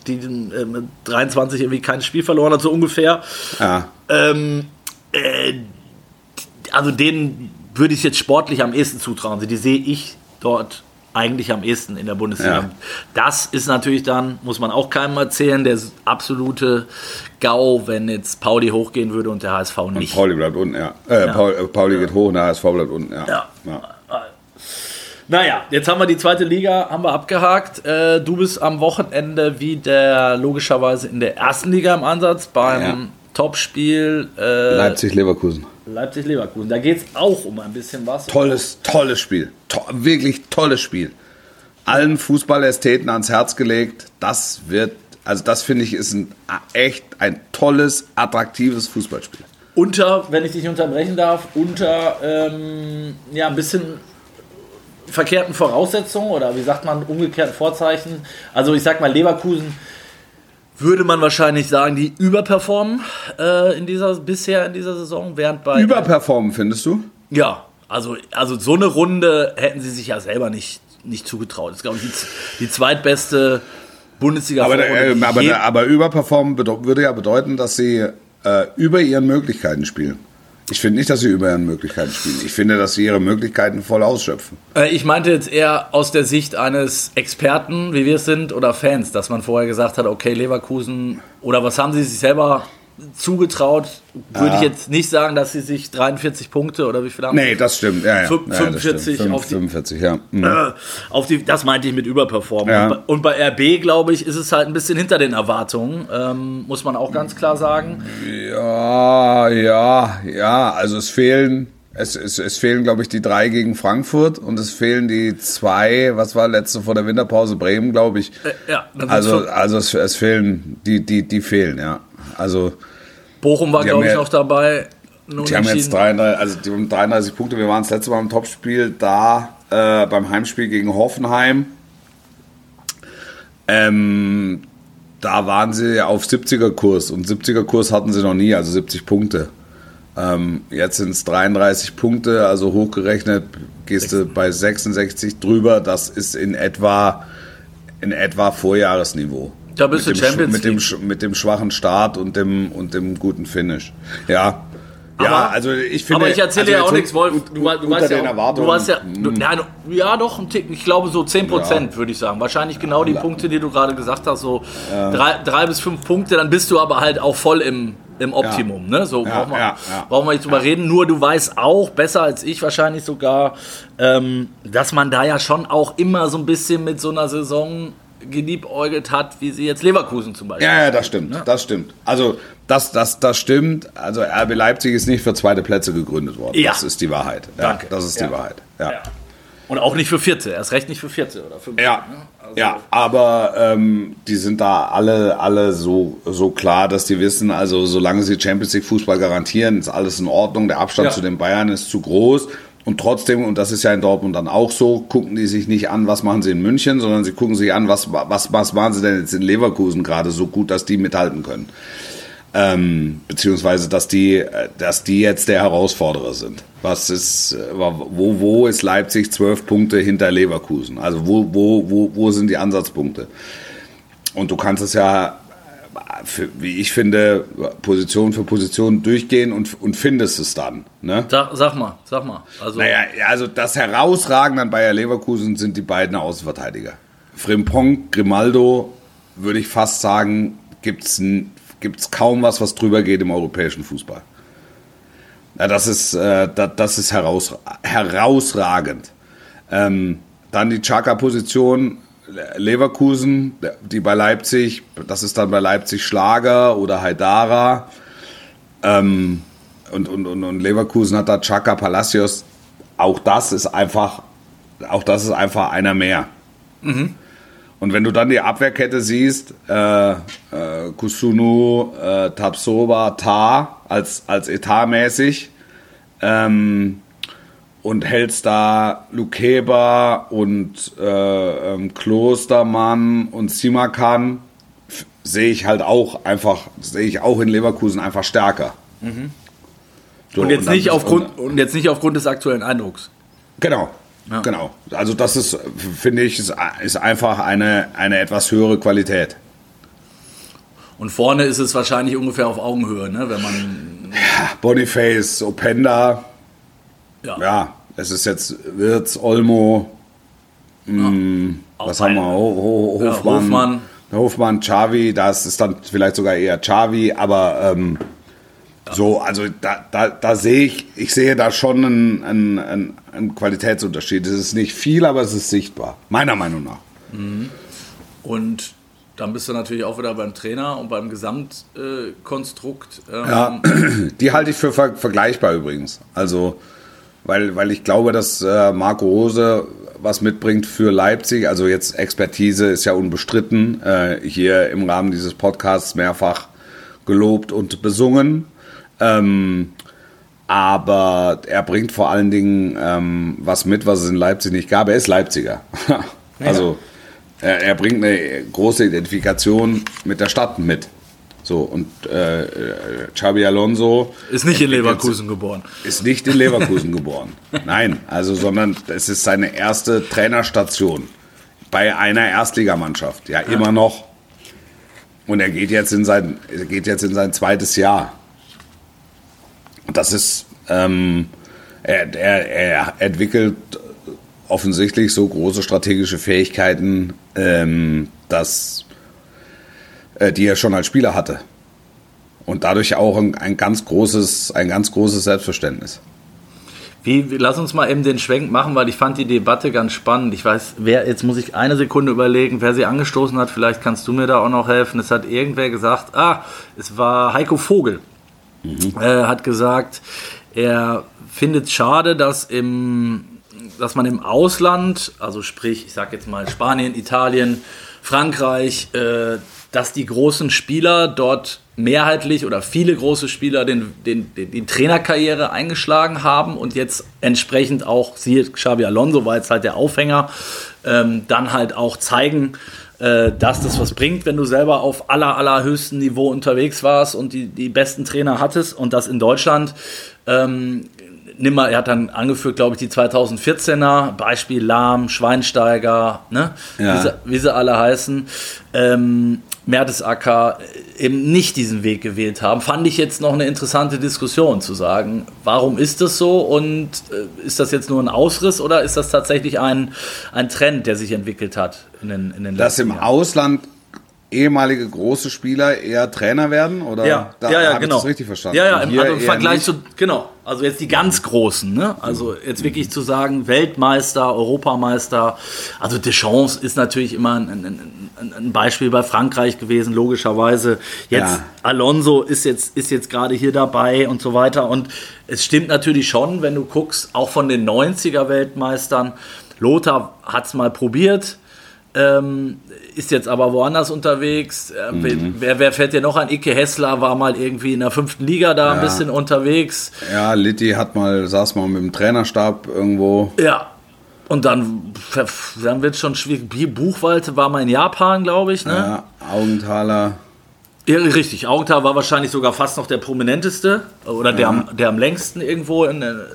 23 irgendwie kein Spiel verloren hat, so ungefähr. Ja. Also denen würde ich jetzt sportlich am ehesten zutrauen. Die sehe ich dort eigentlich am ehesten in der Bundesliga. Ja. Das ist natürlich dann, muss man auch keinem erzählen, der absolute GAU, wenn jetzt Pauli hochgehen würde und der HSV nicht.
Und Pauli bleibt unten, ja. Pauli geht hoch und der HSV bleibt unten, ja.
Naja, jetzt haben wir die zweite Liga abgehakt. Du bist am Wochenende wieder logischerweise in der ersten Liga im Ansatz beim Topspiel
Leipzig-Leverkusen.
Leipzig-Leverkusen. Da geht es auch um ein bisschen was.
Tolles Spiel. Wirklich tolles Spiel. Allen Fußballästheten ans Herz gelegt. Das finde ich, ist ein tolles, attraktives Fußballspiel.
Wenn ich dich unterbrechen darf, ein bisschen verkehrten Voraussetzungen oder wie sagt man, umgekehrten Vorzeichen. Also ich sag mal, Leverkusen würde man wahrscheinlich sagen, die überperformen bisher in dieser Saison.
Überperformen, findest du?
Ja, also so eine Runde hätten sie sich ja selber nicht zugetraut. Das ist, glaube ich, die zweitbeste Bundesliga-Vorrunde.
Aber überperformen würde ja bedeuten, dass sie über ihren Möglichkeiten spielen. Ich finde nicht, dass sie über ihren Möglichkeiten spielen. Ich finde, dass sie ihre Möglichkeiten voll ausschöpfen.
Ich meinte jetzt eher aus der Sicht eines Experten, wie wir es sind, oder Fans, dass man vorher gesagt hat, okay, Leverkusen, oder was haben sie sich selber zugetraut? Würde ich jetzt nicht sagen, dass sie sich 43 Punkte oder wie viel haben sie?
Nee, das stimmt. Ja,
45
das stimmt. 45, ja.
Das meinte ich mit Überperformen. Ja. Und bei RB, glaube ich, ist es halt ein bisschen hinter den Erwartungen, muss man auch ganz klar sagen.
Ja, also es fehlen, glaube ich, die 3 gegen Frankfurt und es fehlen die 2, was war letzte vor der Winterpause, Bremen, glaube ich. Es fehlen, die fehlen, ja. Also
Bochum war, glaube ich, noch dabei.
Die haben jetzt 33 Punkte. Wir waren das letzte Mal im Topspiel da, beim Heimspiel gegen Hoffenheim. Da waren sie auf 70er-Kurs und 70er-Kurs hatten sie noch nie, also 70 Punkte. Jetzt sind es 33 Punkte, also hochgerechnet gehst du bei 66 drüber. Das ist in etwa Vorjahresniveau.
Da bist du Champions League.
Mit dem schwachen Start und dem guten Finish. Ja. Also ich finde.
Aber ich erzähle dir auch nichts, Wolf. Du weißt ja, doch, ein Tick. Ich glaube so 10%, würde ich sagen. Wahrscheinlich genau die Punkte, die du gerade gesagt hast, so 3 bis 5 Punkte. Dann bist du aber halt auch voll im Optimum. Ne? So brauchen wir nicht drüber reden. Nur du weißt auch, besser als ich wahrscheinlich sogar, dass man da ja schon auch immer so ein bisschen mit so einer Saison geliebäugelt hat, wie sie jetzt Leverkusen zum Beispiel.
Ja, das stimmt. Ne? Das stimmt. Also das stimmt. Also RB Leipzig ist nicht für zweite Plätze gegründet worden. Ja. Das ist die Wahrheit. Ja, danke. Das ist die Wahrheit. Ja.
Und auch nicht für Vierte. Erst recht nicht für Vierte oder Fünfte.
Ja. Ne? Also aber die sind da alle so klar, dass die wissen, also solange sie Champions League Fußball garantieren, ist alles in Ordnung. Der Abstand zu den Bayern ist zu groß. Und trotzdem, und das ist ja in Dortmund dann auch so, gucken die sich nicht an, was machen sie in München, sondern sie gucken sich an, was machen sie denn jetzt in Leverkusen gerade so gut, dass die mithalten können. Beziehungsweise, dass die jetzt der Herausforderer sind. Wo ist Leipzig 12 Punkte hinter Leverkusen? Also wo sind die Ansatzpunkte? Und du kannst es ja, wie ich finde, Position für Position durchgehen und findest es dann. Ne?
Sag mal.
Also das Herausragende an Bayer Leverkusen sind die beiden Außenverteidiger. Frimpong, Grimaldo, würde ich fast sagen, gibt's kaum was drüber geht im europäischen Fußball. Ja, das ist herausragend. Dann die Xhaka-Position, Leverkusen, die bei Leipzig, das ist dann bei Leipzig Schlager oder Haidara. Und Leverkusen hat da Xhaka, Palacios. Auch das ist einfach einer mehr. Mhm. Und wenn du dann die Abwehrkette siehst, Kusunu, Tapsoba, Tah als etatmäßig, und hältst da Lukeba und Klostermann und Simakan, sehe ich auch in Leverkusen einfach stärker.
Mhm. So, und jetzt nicht aufgrund des aktuellen Eindrucks.
Genau. Ja. Genau. Also das ist, finde ich, ist einfach eine etwas höhere Qualität.
Und vorne ist es wahrscheinlich ungefähr auf Augenhöhe, ne? Wenn man
Boniface, Openda. Ja, es ist jetzt Wirtz, Olmo, was haben wir? Hofmann, Xavi, das ist dann vielleicht sogar eher Xavi, aber so, also da sehe ich sehe da schon einen Qualitätsunterschied. Es ist nicht viel, aber es ist sichtbar, meiner Meinung nach.
Mhm. Und dann bist du natürlich auch wieder beim Trainer und beim Gesamtkonstrukt.
Ja, die halte ich für vergleichbar übrigens. Also weil ich glaube, dass Marco Rose was mitbringt für Leipzig. Also jetzt Expertise ist ja unbestritten. Hier im Rahmen dieses Podcasts mehrfach gelobt und besungen. Aber er bringt vor allen Dingen was mit, was es in Leipzig nicht gab. Er ist Leipziger. Also er bringt eine große Identifikation mit der Stadt mit. So, und Xabi Alonso
ist nicht in Leverkusen geboren.
Ist nicht in Leverkusen geboren. Nein, sondern es ist seine erste Trainerstation bei einer Erstligamannschaft. Ja, immer noch. Und er geht jetzt in sein zweites Jahr. Und das ist, er entwickelt offensichtlich so große strategische Fähigkeiten, die er schon als Spieler hatte. Und dadurch auch ein ganz großes Selbstverständnis.
Lass uns mal eben den Schwenk machen, weil ich fand die Debatte ganz spannend. Ich weiß, jetzt muss ich eine Sekunde überlegen, wer sie angestoßen hat. Vielleicht kannst du mir da auch noch helfen. Es hat irgendwer gesagt, es war Heiko Vogel. Hat gesagt, er findet es schade, dass man im Ausland, also sprich, ich sag jetzt mal Spanien, Italien, Frankreich, dass die großen Spieler dort mehrheitlich oder viele große Spieler die Trainerkarriere eingeschlagen haben und jetzt entsprechend auch, siehe Xabi Alonso war jetzt halt der Aufhänger, dann halt auch zeigen, dass das was bringt, wenn du selber auf allerhöchstem Niveau unterwegs warst und die besten Trainer hattest und das in Deutschland. Er hat dann angeführt, glaube ich, die 2014er, Beispiel Lahm, Schweinsteiger, ne? Ja. Wie sie alle heißen, Mertesacker eben nicht diesen Weg gewählt haben. Fand ich jetzt noch eine interessante Diskussion zu sagen, warum ist das so und ist das jetzt nur ein Ausriss oder ist das tatsächlich ein Trend, der sich entwickelt hat in den letzten Jahren?
Dass im Ausland ehemalige große Spieler eher Trainer werden? Oder
ja,
habe
genau.
Ich das richtig verstanden?
Ja, also im Vergleich zu, genau, also jetzt die ganz Großen, ne? Also jetzt wirklich zu sagen, Weltmeister, Europameister, also Deschamps ist natürlich immer ein Beispiel bei Frankreich gewesen, logischerweise. Jetzt Alonso ist jetzt gerade hier dabei und so weiter und es stimmt natürlich schon, wenn du guckst, auch von den 90er Weltmeistern, Lothar hat es mal probiert, ist jetzt aber woanders unterwegs. Wer fällt dir noch an? Icke Hessler war mal irgendwie in der 5. Liga da ein bisschen unterwegs.
Ja, Litti saß mal mit dem Trainerstab irgendwo.
Ja, und dann wird es schon schwierig. Buchwald war mal in Japan, glaube ich. Ne?
Ja, Augenthaler.
Ja, richtig, Augenthaler war wahrscheinlich sogar fast noch der prominenteste oder der am längsten irgendwo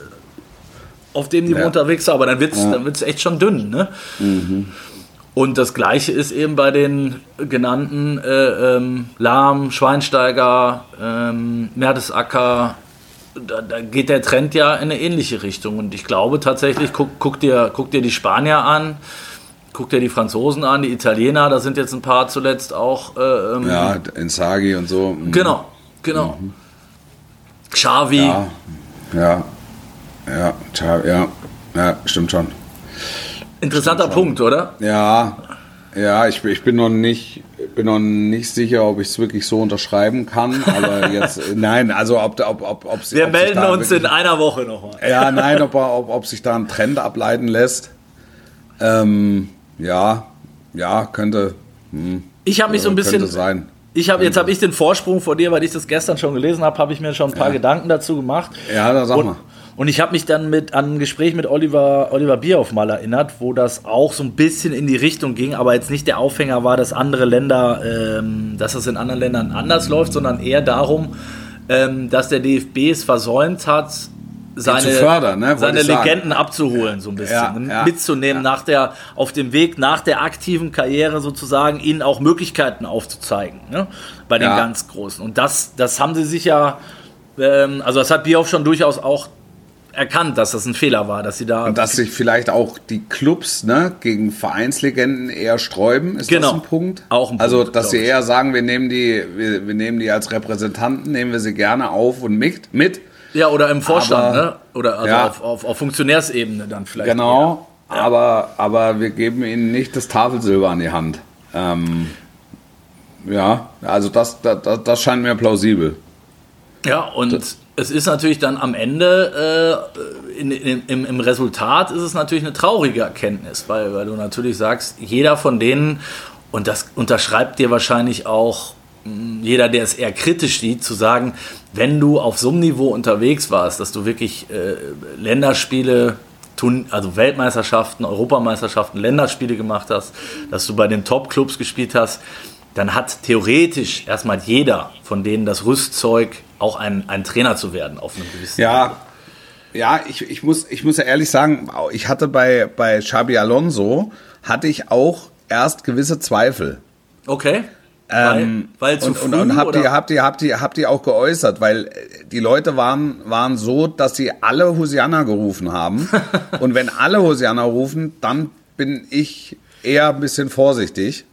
auf dem Niveau unterwegs war. Aber dann wird's echt schon dünn. Ne? Mhm. Und das Gleiche ist eben bei den genannten Lahm, Schweinsteiger, Mertesacker. Da geht der Trend ja in eine ähnliche Richtung. Und ich glaube tatsächlich, guck dir die Spanier an, guck dir die Franzosen an, die Italiener, da sind jetzt ein paar zuletzt auch.
Inzaghi und so.
Genau. Mhm. Xavi.
Ja, stimmt schon.
Interessanter Punkt, oder?
Ja, ich bin noch nicht sicher, ob ich es wirklich so unterschreiben kann, aber jetzt, nein, also ob
wir melden uns wirklich, in einer Woche nochmal.
Ja, nein, ob sich da ein Trend ableiten lässt. Ja, könnte.
Ich habe mich so ein bisschen.
Sein.
Jetzt habe ich den Vorsprung vor dir, weil ich das gestern schon gelesen habe, habe ich mir schon ein paar Gedanken dazu gemacht.
Ja, dann sag mal.
Und ich habe mich dann an ein Gespräch mit Oliver Bierhoff mal erinnert, wo das auch so ein bisschen in die Richtung ging, aber jetzt nicht der Aufhänger war, dass andere Länder, dass das in anderen Ländern anders läuft, sondern eher darum, dass der DFB es versäumt hat, seine Legenden abzuholen, so ein bisschen, mitzunehmen, auf dem Weg nach der aktiven Karriere sozusagen, ihnen auch Möglichkeiten aufzuzeigen, ne? Bei den ganz Großen. Und das haben sie sich also das hat Bierhoff schon durchaus auch erkannt, dass das ein Fehler war, dass sie da...
Und dass sich vielleicht auch die Clubs gegen Vereinslegenden eher sträuben, ist das ein Punkt?
Auch ein Punkt,
also, dass sie eher sagen, wir nehmen die als Repräsentanten, nehmen wir sie gerne auf und mit.
Ja, oder im Vorstand, ne? Oder also auf Funktionärsebene dann vielleicht.
Genau, aber wir geben ihnen nicht das Tafelsilber an die Hand. Also das scheint mir plausibel.
Ja, und es ist natürlich dann am Ende, im Resultat ist es natürlich eine traurige Erkenntnis, weil du natürlich sagst, jeder von denen, und das unterschreibt dir wahrscheinlich auch jeder, der es eher kritisch sieht, zu sagen, wenn du auf so einem Niveau unterwegs warst, dass du wirklich Länderspiele, also Weltmeisterschaften, Europameisterschaften, Länderspiele gemacht hast, dass du bei den Top-Clubs gespielt hast, dann hat theoretisch erstmal jeder von denen das Rüstzeug, auch ein Trainer zu werden auf einem gewissen Niveau.
Ja, ich muss ja ehrlich sagen, ich hatte bei Xabi Alonso, hatte ich auch erst gewisse Zweifel.
Okay. Weil zu früh,
und habt ihr auch geäußert, weil die Leute waren so, dass sie alle Hosianna gerufen haben. Und wenn alle Hosianna rufen, dann bin ich eher ein bisschen vorsichtig.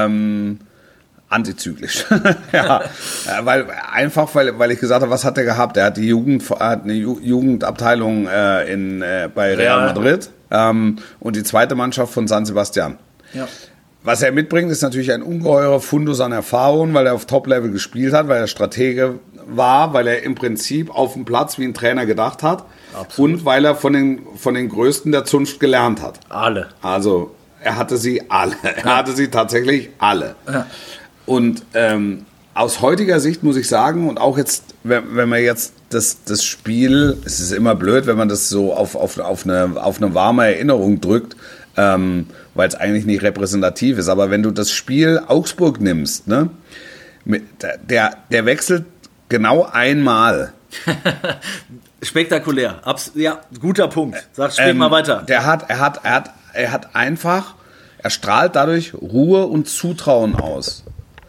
Antizyklisch. Weil ich gesagt habe, was hat er gehabt? Er hat eine Jugendabteilung bei Real Madrid und die zweite Mannschaft von San Sebastian. Ja. Was er mitbringt, ist natürlich ein ungeheurer Fundus an Erfahrung, weil er auf Top-Level gespielt hat, weil er Stratege war, weil er im Prinzip auf dem Platz wie ein Trainer gedacht hat. Absolut. Und weil er von den Größten der Zunft gelernt hat.
Alle.
Also er hatte sie alle. Er hatte sie tatsächlich alle. Ja. Und aus heutiger Sicht muss ich sagen, und auch jetzt, wenn man jetzt das Spiel, es ist immer blöd, wenn man das so auf eine warme Erinnerung drückt, weil es eigentlich nicht repräsentativ ist, aber wenn du das Spiel Augsburg nimmst, ne, der wechselt genau einmal.
Spektakulär. Ja, guter Punkt. Sprich mal weiter.
Er hat einfach, er strahlt dadurch Ruhe und Zutrauen aus.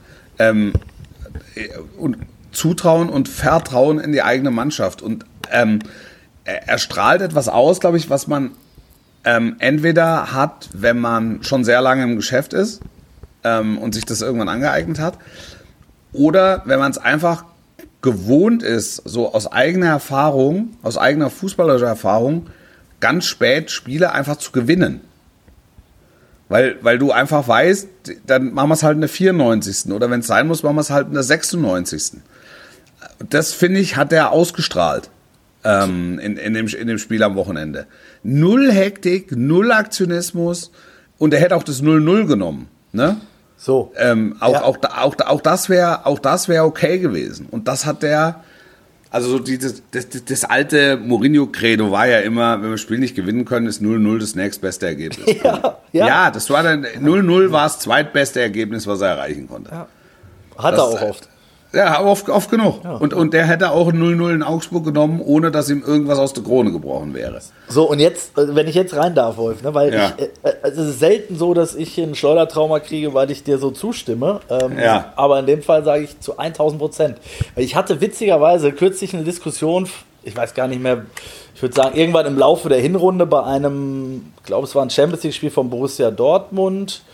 Und Zutrauen und Vertrauen in die eigene Mannschaft. Und er strahlt etwas aus, glaube ich, was man entweder hat, wenn man schon sehr lange im Geschäft ist und sich das irgendwann angeeignet hat, oder wenn man es einfach gewohnt ist, so aus eigener Erfahrung, aus eigener fußballerischer Erfahrung, ganz spät Spiele einfach zu gewinnen. Weil du einfach weißt, dann machen wir es halt in der 94. Oder wenn es sein muss, machen wir es halt in der 96. Das, finde ich, hat er ausgestrahlt in dem Spiel am Wochenende. Null Hektik, null Aktionismus und er hätte auch das 0-0 genommen. Ne?
So.
Auch das wäre okay gewesen. Und das hat der... Also so das alte Mourinho-Credo war ja immer, wenn wir das Spiel nicht gewinnen können, ist 0-0 das nächstbeste Ergebnis. Ja, das war dann 0-0 war das zweitbeste Ergebnis, was er erreichen konnte. Ja.
Hat er auch oft.
Ja, oft genug. Ja. Und der hätte auch 0-0 in Augsburg genommen, ohne dass ihm irgendwas aus der Krone gebrochen wäre.
So, und jetzt, wenn ich jetzt rein darf, Wolf, ne, weil es ist selten so, dass ich ein Schleudertrauma kriege, weil ich dir so zustimme. Aber in dem Fall sage ich zu 1000%. Weil ich hatte witzigerweise kürzlich eine Diskussion, ich weiß gar nicht mehr, ich würde sagen, irgendwann im Laufe der Hinrunde bei einem, ich glaube, es war ein Champions-League-Spiel von Borussia Dortmund,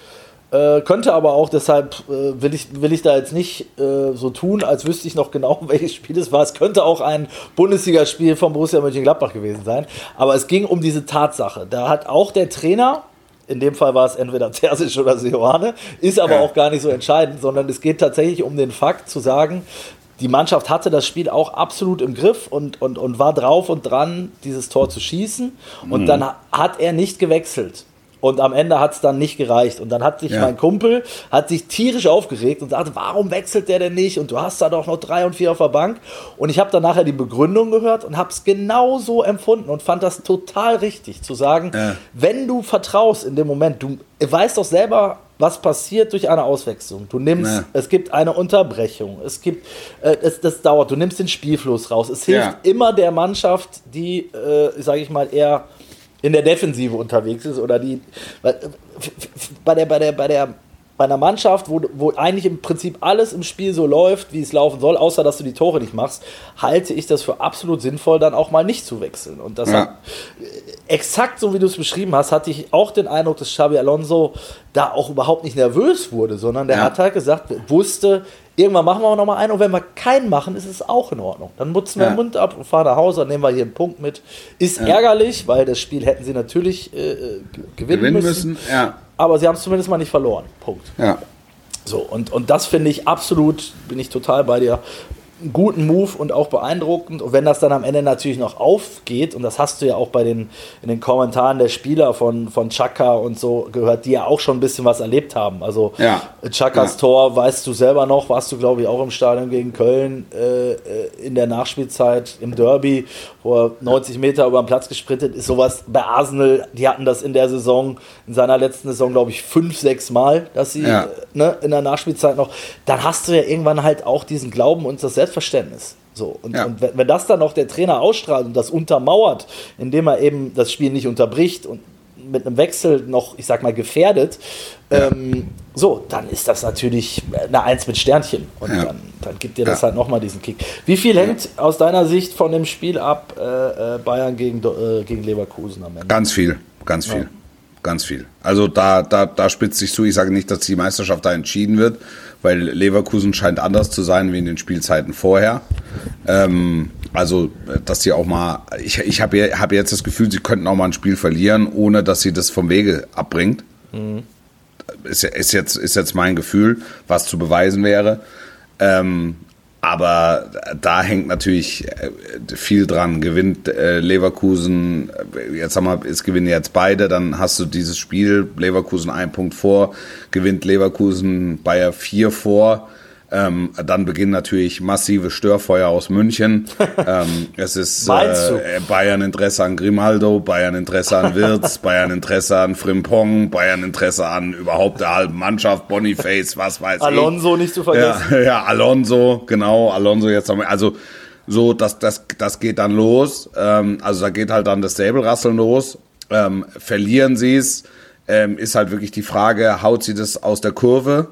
Könnte aber auch, deshalb will ich da jetzt nicht so tun, als wüsste ich noch genau, welches Spiel es war. Es könnte auch ein Bundesligaspiel von Borussia Mönchengladbach gewesen sein. Aber es ging um diese Tatsache. Da hat auch der Trainer, in dem Fall war es entweder Terzic oder Seoane, ist aber auch gar nicht so entscheidend, sondern es geht tatsächlich um den Fakt zu sagen, die Mannschaft hatte das Spiel auch absolut im Griff und war drauf und dran, dieses Tor zu schießen. Und dann hat er nicht gewechselt. Und am Ende hat es dann nicht gereicht. Und dann hat sich mein Kumpel tierisch aufgeregt und sagte, warum wechselt der denn nicht? Und du hast da doch noch 3 und 4 auf der Bank. Und ich habe dann nachher die Begründung gehört und habe es genau so empfunden und fand das total richtig, zu sagen, wenn du vertraust in dem Moment, du weißt doch selber, was passiert durch eine Auswechslung. Du nimmst, es gibt eine Unterbrechung, es gibt, das dauert, du nimmst den Spielfluss raus. Es hilft immer der Mannschaft, die, sage ich mal, eher in der Defensive unterwegs ist oder die bei einer Mannschaft, wo eigentlich im Prinzip alles im Spiel so läuft, wie es laufen soll, außer dass du die Tore nicht machst, halte ich das für absolut sinnvoll, dann auch mal nicht zu wechseln. Und das hat, exakt so wie du es beschrieben hast, hatte ich auch den Eindruck, dass Xabi Alonso da auch überhaupt nicht nervös wurde, sondern der hat halt gesagt, wusste, irgendwann machen wir noch mal einen und wenn wir keinen machen, ist es auch in Ordnung. Dann putzen wir den Mund ab und fahren nach Hause, dann nehmen wir hier einen Punkt mit. Ist ärgerlich, weil das Spiel hätten sie natürlich gewinnen müssen. Aber sie haben es zumindest mal nicht verloren. Punkt. Ja. So, und das finde ich absolut, bin ich total bei dir, einen guten Move und auch beeindruckend. Und wenn das dann am Ende natürlich noch aufgeht, und das hast du ja auch in den Kommentaren der Spieler von Xhaka und so gehört, die ja auch schon ein bisschen was erlebt haben. Also Xhakas Tor, weißt du selber noch, warst du glaube ich auch im Stadion gegen Köln in der Nachspielzeit im Derby, wo er 90 Meter über den Platz gesprintet ist. Sowas bei Arsenal, die hatten das in der Saison, in seiner letzten Saison glaube ich 5-6 Mal, dass sie in der Nachspielzeit noch, dann hast du ja irgendwann halt auch diesen Glauben und das Selbstverständnis. So, und wenn das dann noch der Trainer ausstrahlt und das untermauert, indem er eben das Spiel nicht unterbricht und mit einem Wechsel noch, ich sag mal, gefährdet, dann ist das natürlich eine 1 mit Sternchen. Und dann gibt dir das halt nochmal diesen Kick. Wie viel hängt aus deiner Sicht von dem Spiel ab, Bayern gegen Leverkusen am Ende?
Ganz viel. Ganz viel. Also da spitzt sich zu. Ich sage nicht, dass die Meisterschaft da entschieden wird, weil Leverkusen scheint anders zu sein wie in den Spielzeiten vorher. Also, dass sie auch mal, ich habe jetzt das Gefühl, sie könnten auch mal ein Spiel verlieren, ohne dass sie das vom Wege abbringt. Ist jetzt mein Gefühl, was zu beweisen wäre. Aber da hängt natürlich viel dran. Gewinnt Leverkusen, jetzt haben wir, es gewinnen jetzt beide, dann hast du dieses Spiel, Leverkusen 1 Punkt vor, gewinnt Leverkusen Bayer 4 vor. Dann beginnen natürlich massive Störfeuer aus München. Es ist Bayern Interesse an Grimaldo, Bayern Interesse an Wirtz, Bayern Interesse an Frimpong, Bayern Interesse an überhaupt der halben Mannschaft, Boniface, was weiß
Alonso nicht zu vergessen.
Ja, Alonso, genau, Alonso jetzt haben wir, also so, das geht dann los. Also da geht halt dann das Säbelrasseln los. Verlieren sie es, ist halt wirklich die Frage, haut sie das aus der Kurve?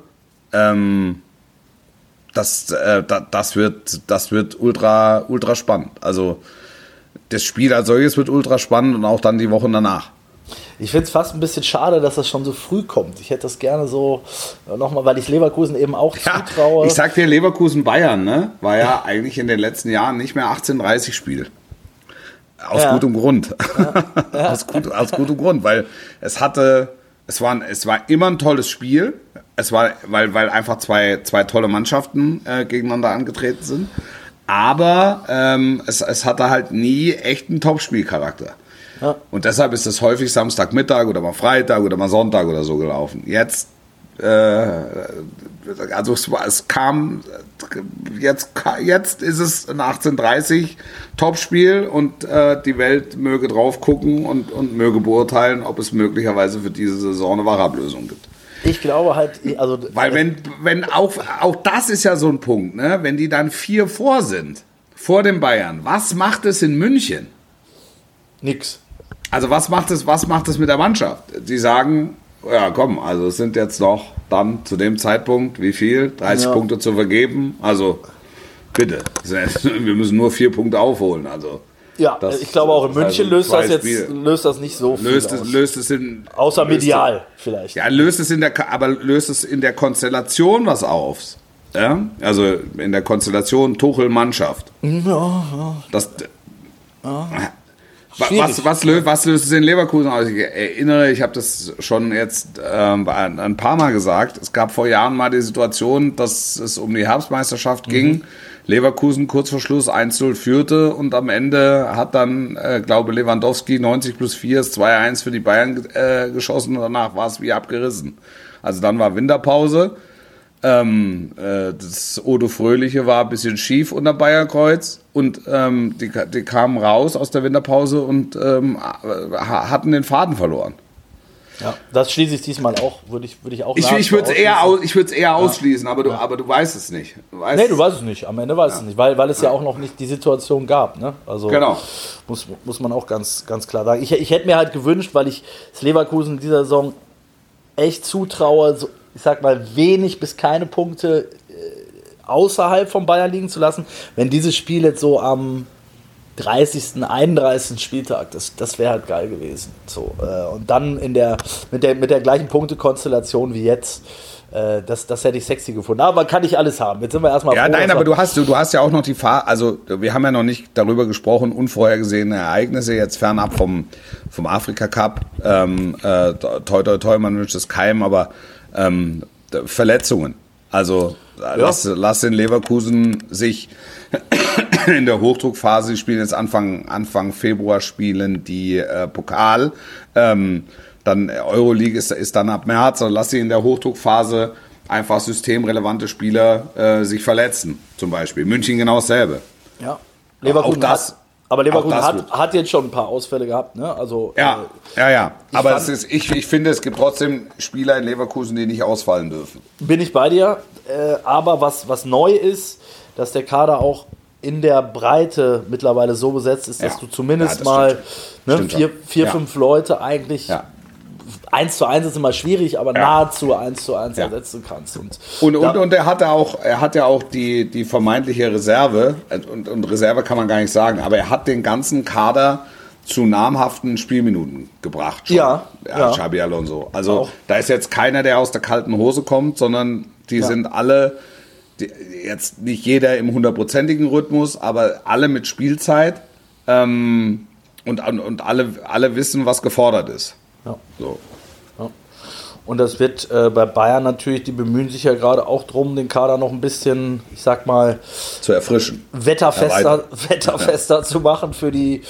Das wird ultra spannend. Also das Spiel als solches wird ultra spannend und auch dann die Wochen danach.
Ich finde es fast ein bisschen schade, dass das schon so früh kommt. Ich hätte das gerne so nochmal, weil ich Leverkusen eben auch zutraue.
Ich sag dir, Leverkusen-Bayern, ne, war ja eigentlich in den letzten Jahren nicht mehr 18:30-Spiel. Aus gutem Grund. Aus gutem Grund, weil es war immer ein tolles Spiel. Es war, weil einfach zwei tolle Mannschaften gegeneinander angetreten sind. Aber es hatte halt nie echt einen Top-Spielcharakter. Ja. Und deshalb ist es häufig Samstagmittag oder mal Freitag oder mal Sonntag oder so gelaufen. Jetzt, jetzt ist es ein 18:30 Topspiel und die Welt möge drauf gucken und möge beurteilen, ob es möglicherweise für diese Saison eine Wahrablösung gibt.
Ich glaube halt, also.
Weil wenn auch das ist ja so ein Punkt, ne? Wenn die dann 4 vor sind, vor den Bayern, was macht es in München?
Nix.
Also was macht es mit der Mannschaft? Sie sagen, ja komm, also es sind jetzt noch dann zu dem Zeitpunkt, wie viel? 30 Punkte zu vergeben, also bitte, wir müssen nur 4 Punkte aufholen, also.
Ja, ich glaube auch in München löst das nicht so viel aus.
Löst es in...
Außer medial vielleicht.
Ja, löst es in der Konstellation was auf. Ja? Also in der Konstellation Tuchel-Mannschaft.
Ja.
Das... Was löst es in Leverkusen aus? Ich erinnere, ich habe das schon jetzt ein paar Mal gesagt, es gab vor Jahren mal die Situation, dass es um die Herbstmeisterschaft ging, Leverkusen kurz vor Schluss 1-0 führte und am Ende hat dann, glaube Lewandowski 90+4 ist 2-1 für die Bayern geschossen und danach war es wie abgerissen. Also dann war Winterpause. Das Odo Fröhliche war ein bisschen schief unter Bayerkreuz und die kamen raus aus der Winterpause und hatten den Faden verloren.
Ja, das schließe ich diesmal auch, würde ich auch sagen.
Ich würde es eher ausschließen, aber du weißt es nicht.
Du weißt es nicht. Am Ende weißt es nicht, weil es ja auch noch nicht die Situation gab. Ne? Also
genau.
muss man auch ganz, ganz klar sagen. Ich hätte mir halt gewünscht, weil ich das Leverkusen in dieser Saison echt zutraue, so, ich sag mal, wenig bis keine Punkte außerhalb von Bayern liegen zu lassen. Wenn dieses Spiel jetzt so am 30., 31. Spieltag, das wäre halt geil gewesen. So, und dann mit der gleichen Punktekonstellation wie jetzt, das hätte ich sexy gefunden. Aber man kann nicht alles haben. Jetzt sind wir erstmal
froh. Nein, aber du hast ja auch noch die also wir haben ja noch nicht darüber gesprochen, unvorhergesehene Ereignisse, jetzt fernab vom Afrika Cup. Toi, toi, toi, man wünscht es keinem, aber Verletzungen. Also lass den Leverkusen sich in der Hochdruckphase, die spielen jetzt Anfang Februar, spielen die Pokal, dann Euroleague ist dann ab März, also lass sie in der Hochdruckphase einfach systemrelevante Spieler sich verletzen, zum Beispiel. München genau dasselbe.
Ja, Leverkusen hat jetzt schon ein paar Ausfälle gehabt, ne? Also,
ja. Aber ich finde, es gibt trotzdem Spieler in Leverkusen, die nicht ausfallen dürfen.
Bin ich bei dir. Aber was neu ist, dass der Kader auch in der Breite mittlerweile so besetzt ist, dass du zumindest mal vier, 5 Leute eigentlich 1:1 ist immer schwierig, aber nahezu 1:1 ersetzen kannst. Und
er hat ja auch die vermeintliche Reserve, und Reserve kann man gar nicht sagen, aber er hat den ganzen Kader zu namhaften Spielminuten gebracht. Schon. Xabi Alonso. Also da ist jetzt keiner, der aus der kalten Hose kommt, sondern die sind alle, jetzt nicht jeder im 100%igen Rhythmus, aber alle mit Spielzeit und alle wissen, was gefordert ist.
Ja.
So.
Und das wird bei Bayern natürlich, die bemühen sich ja gerade auch drum, den Kader noch ein bisschen, ich sag mal,
zu erfrischen.
Wetterfester zu machen für die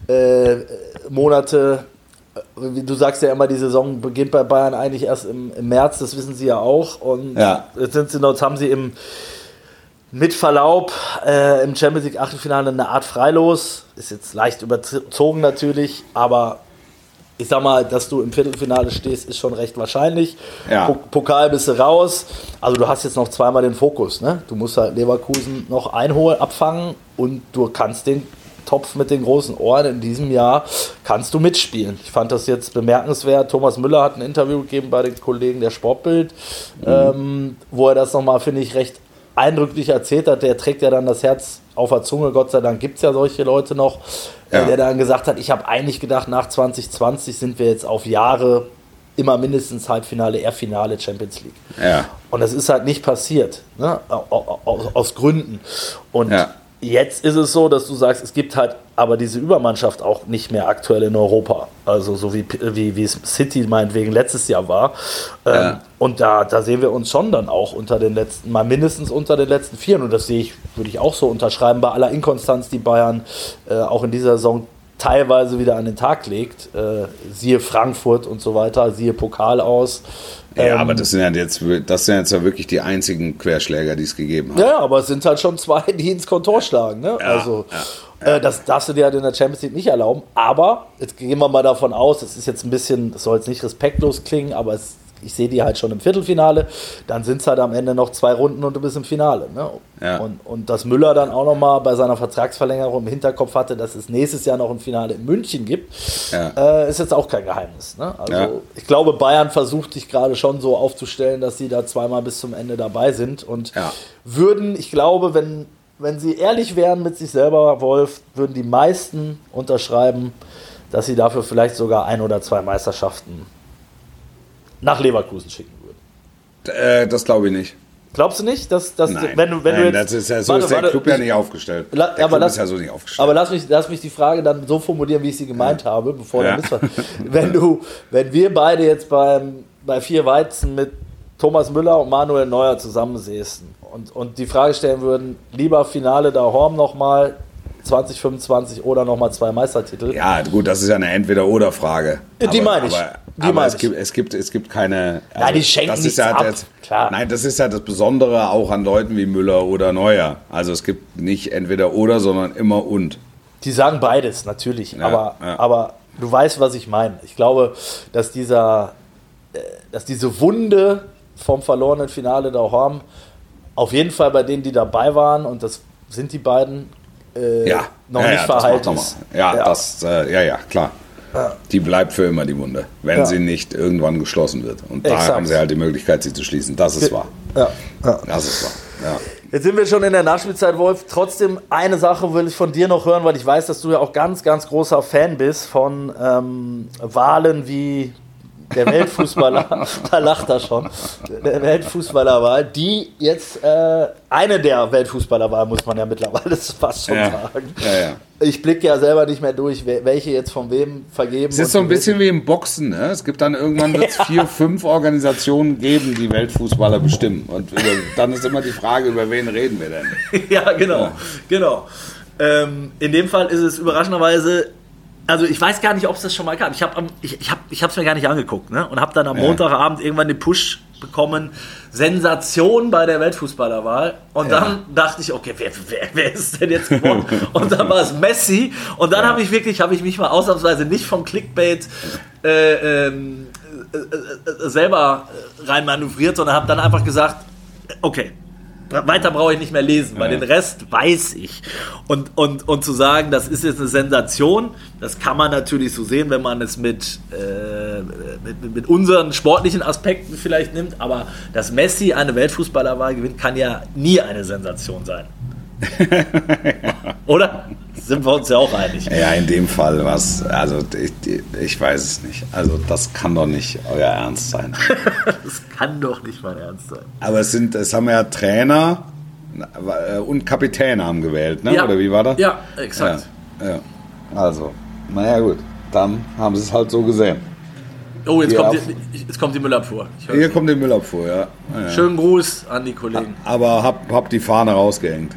Monate. Du sagst ja immer, die Saison beginnt bei Bayern eigentlich erst im März, das wissen sie ja auch. Und jetzt haben sie mit Verlaub im Champions League Achtelfinale eine Art Freilos. Ist jetzt leicht überzogen natürlich, aber ich sag mal, dass du im Viertelfinale stehst, ist schon recht wahrscheinlich.
Ja.
Pokal bist du raus. Also du hast jetzt noch zweimal den Fokus. Ne? Du musst halt Leverkusen noch abfangen und du kannst den Topf mit den großen Ohren in diesem Jahr kannst du mitspielen. Ich fand das jetzt bemerkenswert. Thomas Müller hat ein Interview gegeben bei den Kollegen der Sportbild, wo er das nochmal, finde ich, recht eindrücklich erzählt hat. Der trägt ja dann das Herz auf der Zunge. Gott sei Dank gibt es ja solche Leute noch. Der dann gesagt hat, ich habe eigentlich gedacht, nach 2020 sind wir jetzt auf Jahre immer mindestens Halbfinale, eher Finale Champions League.
Ja.
Und das ist halt nicht passiert, ne? Aus Gründen. Und jetzt ist es so, dass du sagst, es gibt halt aber diese Übermannschaft auch nicht mehr aktuell in Europa. Also so wie es City meinetwegen letztes Jahr war. Und da sehen wir uns schon dann auch mindestens unter den letzten 4. Und das würde ich auch so unterschreiben, bei aller Inkonstanz, die Bayern auch in dieser Saison teilweise wieder an den Tag legt. Siehe Frankfurt und so weiter, siehe Pokal aus.
Aber das sind jetzt ja wirklich die einzigen Querschläger, die es gegeben hat.
Ja, aber es sind halt schon 2, die ins Kontor schlagen. Ne? Das darfst du dir halt in der Champions League nicht erlauben. Aber jetzt gehen wir mal davon aus, das soll jetzt nicht respektlos klingen, aber ich sehe die halt schon im Viertelfinale. Dann sind es halt am Ende noch 2 Runden und du bist im Finale. Ne?
Ja.
Und dass Müller dann auch nochmal bei seiner Vertragsverlängerung im Hinterkopf hatte, dass es nächstes Jahr noch ein Finale in München gibt, ist jetzt auch kein Geheimnis. Ne? Also ich glaube, Bayern versucht sich gerade schon so aufzustellen, dass sie da zweimal bis zum Ende dabei sind und würden, ich glaube, wenn wenn sie ehrlich wären mit sich selber, Wolf, würden die meisten unterschreiben, dass sie dafür vielleicht sogar 1 oder 2 Meisterschaften nach Leverkusen schicken würden.
Das glaube ich nicht.
Glaubst du nicht, dass
Nein,
wenn du jetzt,
das ist ja so, ist der Club ja nicht aufgestellt. Der Club ist ja so nicht aufgestellt.
Aber lass mich die Frage dann so formulieren, wie ich sie gemeint habe, bevor der Missverständnis. Wenn wir beide jetzt bei 4 Weizen mit Thomas Müller und Manuel Neuer zusammensäßen und die Frage stellen würden, lieber Finale da Horm nochmal 2025 oder nochmal 2 Meistertitel.
Ja, gut, das ist ja eine Entweder-Oder-Frage.
Die meine ich.
Aber es gibt keine...
Nein, die schenken nichts ab.
Klar. Nein, das ist ja das Besondere auch an Leuten wie Müller oder Neuer. Also es gibt nicht Entweder-Oder, sondern immer und.
Die sagen beides, natürlich.
Ja,
aber du weißt, was ich meine. Ich glaube, dass diese Wunde vom verlorenen Finale da Horm auf jeden Fall bei denen, die dabei waren, und das sind die beiden, noch nicht verheilt ist.
Klar. Ja. Die bleibt für immer, die Wunde, wenn sie nicht irgendwann geschlossen wird. Und da haben sie halt die Möglichkeit, sie zu schließen. Das ist wahr.
Ja.
Das ist wahr. Ja.
Jetzt sind wir schon in der Nachspielzeit, Wolf. Trotzdem, eine Sache will ich von dir noch hören, weil ich weiß, dass du ja auch ganz, ganz großer Fan bist von Wahlen wie der Weltfußballer, da lacht er schon, der Weltfußballerwahl, die jetzt eine der Weltfußballerwahl, muss man ja mittlerweile fast schon sagen.
Ja.
Ich blicke ja selber nicht mehr durch, welche jetzt von wem vergeben.
Es ist so ein bisschen wie im Boxen, ne? Es gibt dann irgendwann 4, 5 Organisationen geben, die Weltfußballer bestimmen. Und dann ist immer die Frage, über wen reden wir denn?
Ja, genau. In dem Fall ist es überraschenderweise. Also ich weiß gar nicht, ob es das schon mal gab. Ich habe es mir gar nicht angeguckt, ne? Und habe dann am Montagabend irgendwann den Push bekommen, Sensation bei der Weltfußballerwahl. Und dann dachte ich, okay, wer ist denn jetzt gewonnen? Und dann war es Messi. Und dann habe ich mich mal ausnahmsweise nicht vom Clickbait selber reinmanövriert, sondern habe dann einfach gesagt, okay, weiter brauche ich nicht mehr lesen, weil den Rest weiß ich. Und zu sagen, das ist jetzt eine Sensation, das kann man natürlich so sehen, wenn man es mit unseren sportlichen Aspekten vielleicht nimmt, aber dass Messi eine Weltfußballerwahl gewinnt, kann ja nie eine Sensation sein. Oder? Sind wir uns ja auch einig.
Ja, in dem Fall ich weiß es nicht. Also das kann doch nicht euer Ernst sein.
Das kann doch nicht mein Ernst sein.
Aber es haben ja Trainer und Kapitäne haben gewählt, ne?
Ja.
Oder wie war das?
Ja, exakt.
Ja. Also, naja gut, dann haben sie es halt so gesehen.
Oh, jetzt kommt die Müllabfuhr.
Hier kommt die Müllabfuhr, ja.
Schönen Gruß an die Kollegen.
Aber hab die Fahne rausgehängt.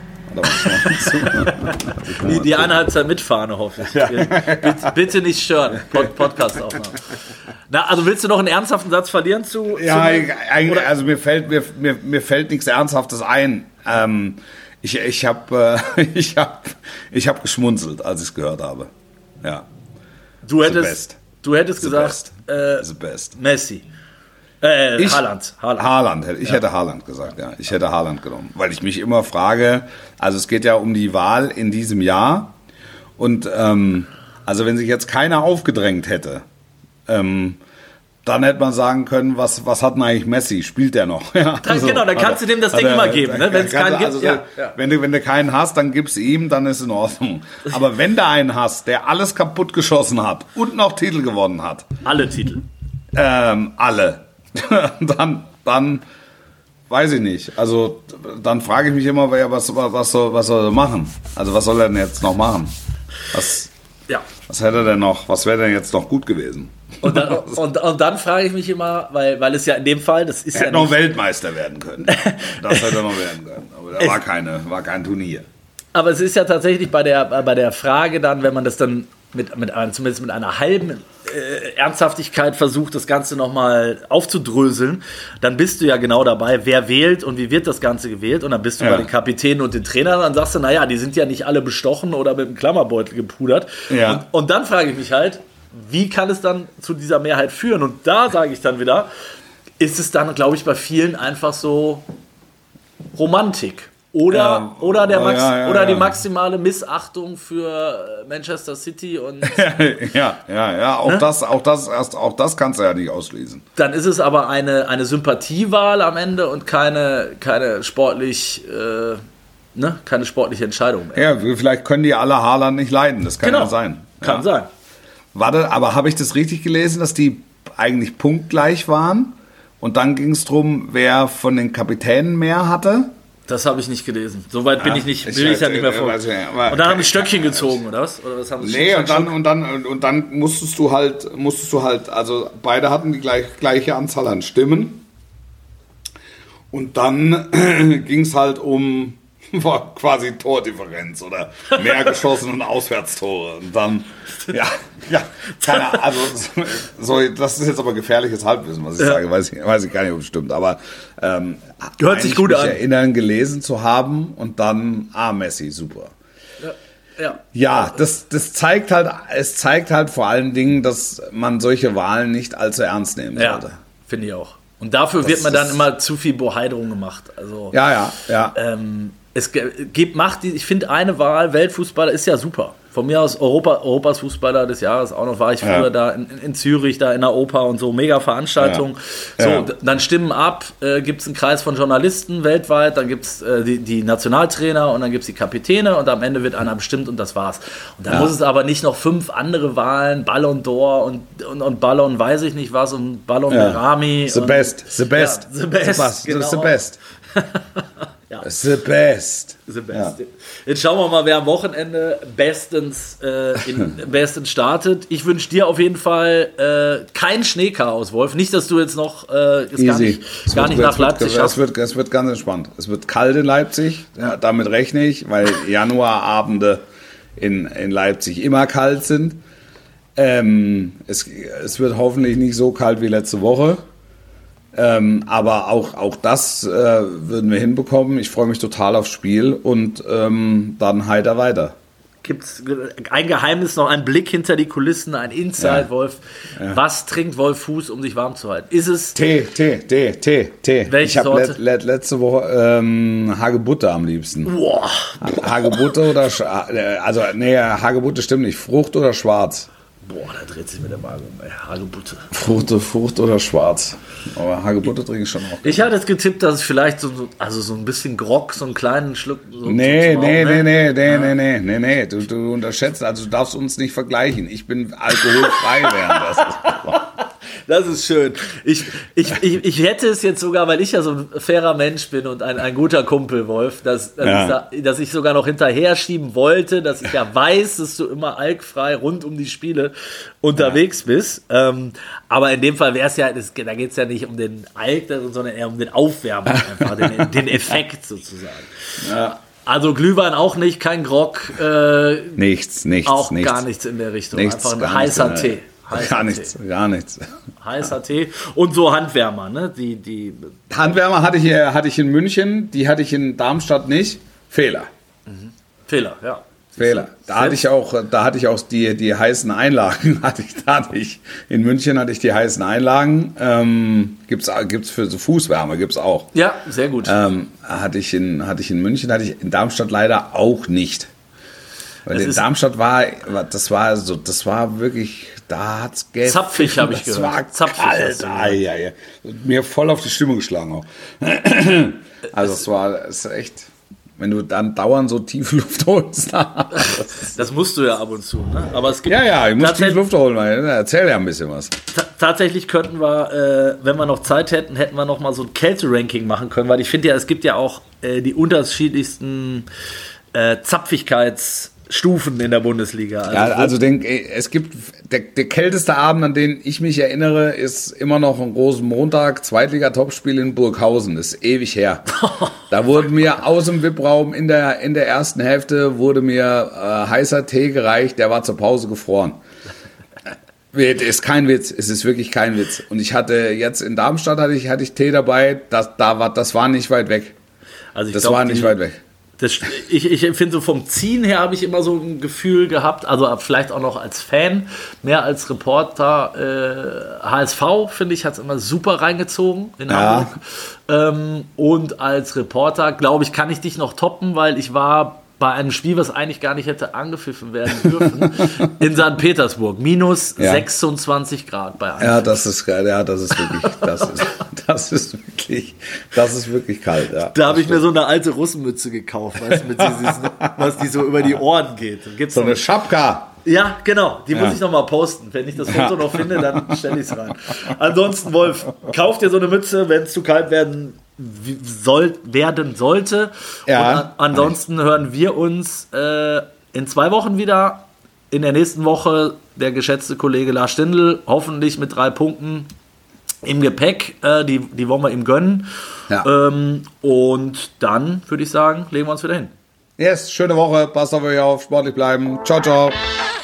Die eine Halbzeit mit Fahne, hoffe ich. Ja. Bitte nicht stören. Podcast-Aufnahme. Na, also willst du noch einen ernsthaften Satz verlieren zu?
Ja, also mir fällt nichts Ernsthaftes ein. Ich habe geschmunzelt, als ich es gehört habe. Ja.
Du hättest gesagt,
the best.
Messi. Haaland.
Ich hätte Haaland gesagt, ja. Ich hätte Haaland genommen. Weil ich mich immer frage, also es geht ja um die Wahl in diesem Jahr. Und also wenn sich jetzt keiner aufgedrängt hätte, dann hätte man sagen können, was hat denn eigentlich Messi? Spielt der noch? Ja,
genau, dann kannst du dem das Ding immer geben. Ne? Wenn es keinen gibt,
Wenn du keinen hast, dann gib's ihm, dann ist in Ordnung. Aber wenn du einen hast, der alles kaputt geschossen hat und noch Titel gewonnen hat.
Alle Titel.
Alle. dann weiß ich nicht. Also dann frage ich mich immer, was soll er machen? Also was soll er denn jetzt noch machen? Was hätte er denn noch? Was wäre denn jetzt noch gut gewesen?
Und dann frage ich mich immer, weil es ja in dem Fall, das ist
er hätte noch Weltmeister werden können. Das hätte er noch werden können. Aber da war kein Turnier.
Aber es ist ja tatsächlich bei der Frage dann, wenn man das dann zumindest mit einer halben Ernsthaftigkeit versucht, das Ganze nochmal aufzudröseln, dann bist du ja genau dabei, wer wählt und wie wird das Ganze gewählt, und dann bist du bei den Kapitänen und den Trainern, dann sagst du, naja, die sind ja nicht alle bestochen oder mit einem Klammerbeutel gepudert. Ja. Und dann frage ich mich halt, wie kann es dann zu dieser Mehrheit führen? Und da sage ich dann wieder, ist es dann, glaube ich, bei vielen einfach so Romantik. Oder die maximale Missachtung für Manchester City und
auch das kannst du ja nicht ausschließen.
Dann ist es aber eine Sympathiewahl am Ende und keine sportlich keine sportliche Entscheidung mehr.
Ja, vielleicht können die alle Haaland nicht leiden, das kann ja sein.
Kann sein.
Warte, aber habe ich das richtig gelesen, dass die eigentlich punktgleich waren? Und dann ging es darum, wer von den Kapitänen mehr hatte?
Das habe ich nicht gelesen. Soweit bin ich nicht, will ich ja nicht mehr vor. Und dann haben die Stöckchen gezogen, oder was? Oder was haben sie?
Nee, und dann musstest du halt, also beide hatten die gleiche Anzahl an Stimmen. Und dann ging es halt um quasi Tordifferenz oder mehr geschossene Auswärtstore. Und dann, also das ist jetzt aber gefährliches Halbwissen, was ich sage, weiß ich gar nicht, ob es stimmt. Aber
hört sich gut an.
Mich erinnern, gelesen zu haben und dann, Messi, super. Ja, das zeigt halt vor allen Dingen, dass man solche Wahlen nicht allzu ernst nehmen sollte.
Ja, finde ich auch. Und dafür wird man dann immer zu viel Bohai-Drum gemacht. Also,
ja.
Ich finde, eine Wahl Weltfußballer ist ja super. Von mir aus Europas Fußballer des Jahres auch noch, war ich früher da in Zürich, da in der Oper und so, mega Veranstaltung. Dann stimmen ab, gibt es einen Kreis von Journalisten weltweit, dann gibt es die Nationaltrainer und dann gibt es die Kapitäne und am Ende wird einer bestimmt und das war's. Und dann muss es aber nicht noch 5 andere Wahlen, Ballon d'Or und Ballon weiß ich nicht was und Ballon Berami.
The best.
Genau.
The best.
Ja.
The best.
Ja. Jetzt schauen wir mal, wer am Wochenende bestens startet. Ich wünsche dir auf jeden Fall kein Schneechaos, Wolf. Nicht, dass du jetzt noch gar nicht nach Leipzig schaffst.
Es wird ganz entspannt. Es wird kalt in Leipzig. Ja, damit rechne ich, weil Januarabende in Leipzig immer kalt sind. Es wird hoffentlich nicht so kalt wie letzte Woche. Aber auch das würden wir hinbekommen. Ich freue mich total aufs Spiel und dann heiter weiter.
Gibt es ein Geheimnis, noch einen Blick hinter die Kulissen, ein Insight, Wolf? Ja. Was trinkt Wolf Fuß, um sich warm zu halten? Ist es
Tee.
Welche
ich habe letzte Woche Hagebutte am liebsten.
Boah.
Hagebutte oder Hagebutte stimmt nicht. Frucht oder schwarz?
Boah, da dreht sich mir der Magen um. Hagebutte.
Frucht oder schwarz. Aber Hagebutte trinke ich schon auch.
Ich hatte jetzt getippt, dass es vielleicht so ein bisschen Grog, so einen kleinen Schluck.
Nee. Du unterschätzt, also du darfst uns nicht vergleichen. Ich bin alkoholfrei währenddessen.
Das ist schön. Ich hätte es jetzt sogar, weil ich ja so ein fairer Mensch bin und ein guter Kumpel, Wolf, dass ich sogar noch hinterher schieben wollte, dass ich ja weiß, dass du immer alkfrei rund um die Spiele unterwegs bist. Aber in dem Fall wäre es ja, da geht es ja nicht um den Alk, sondern eher um den Aufwärmen, einfach den Effekt sozusagen. Ja. Also Glühwein auch nicht, kein Grog.
Nichts.
Auch gar nichts in der Richtung. Einfach ein heißer Tee.
Gar nichts.
Heißer Tee und so Handwärmer, ne? Die
Handwärmer hatte ich in München, die hatte ich in Darmstadt nicht. Fehler.
Fehler, ja.
Da hatte ich auch die heißen Einlagen. In München hatte ich die heißen Einlagen. Gibt's für so Fußwärme gibt's auch.
Ja, sehr gut.
Hatte ich in München, hatte ich in Darmstadt leider auch nicht. Weil in Darmstadt war wirklich, da hat's Geld.
Zapfig, habe ich gehört.
Das war kalt. Ja. Mir voll auf die Stimmung geschlagen auch. Also es ist echt, wenn du dann dauernd so tiefe Luft holst.
Das musst du ja ab und zu, ne? Aber es gibt
ich muss tiefe Luft holen, erzähl ja ein bisschen was.
Tatsächlich könnten wir, wenn wir noch Zeit hätten wir noch mal so ein Kälte-Ranking machen können, weil ich finde ja, es gibt ja auch die unterschiedlichsten Zapfigkeitsstufen in der Bundesliga.
Es gibt der kälteste Abend, an den ich mich erinnere, ist immer noch ein Rosenmontag, Zweitliga-Topspiel in Burghausen. Das ist ewig her. Da wurde mir aus dem VIP-Raum in der ersten Hälfte heißer Tee gereicht, der war zur Pause gefroren. Ist kein Witz, es ist wirklich kein Witz. Und ich hatte jetzt in Darmstadt hatte ich Tee dabei, das war nicht weit weg. War nicht weit weg.
Ich finde, so vom Ziehen her habe ich immer so ein Gefühl gehabt, also vielleicht auch noch als Fan, mehr als Reporter. HSV, finde ich, hat es immer super reingezogen in Hamburg. Und als Reporter, glaube ich, kann ich dich noch toppen, weil ich war bei einem Spiel, was eigentlich gar nicht hätte angepfiffen werden dürfen, in St. Petersburg. Minus 26 Grad bei einem.
Ja, das ist geil. Ja, das ist wirklich, Das ist wirklich kalt, ja.
Da habe ich mir so eine alte Russenmütze gekauft, weißt, was die so über die Ohren geht. Gibt's
so eine Schapka.
Ja, genau. Die muss ich nochmal posten. Wenn ich das Foto noch finde, dann stelle ich es rein. Ansonsten, Wolf, kauf dir so eine Mütze, wenn es zu kalt werden sollte.
Ja.
Und ansonsten hören wir uns in 2 Wochen wieder. In der nächsten Woche der geschätzte Kollege Lars Stindl, hoffentlich mit 3 Punkten im Gepäck. Die wollen wir ihm gönnen.
Ja.
Und dann, würde ich sagen, legen wir uns wieder hin.
Yes, schöne Woche. Passt auf euch auf. Sportlich bleiben. Ciao, ciao.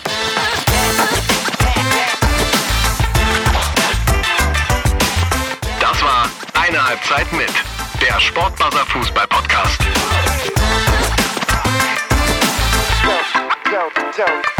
Das war eine Halbzeit mit, der Sportbuzzer Fußball-Podcast.
Go.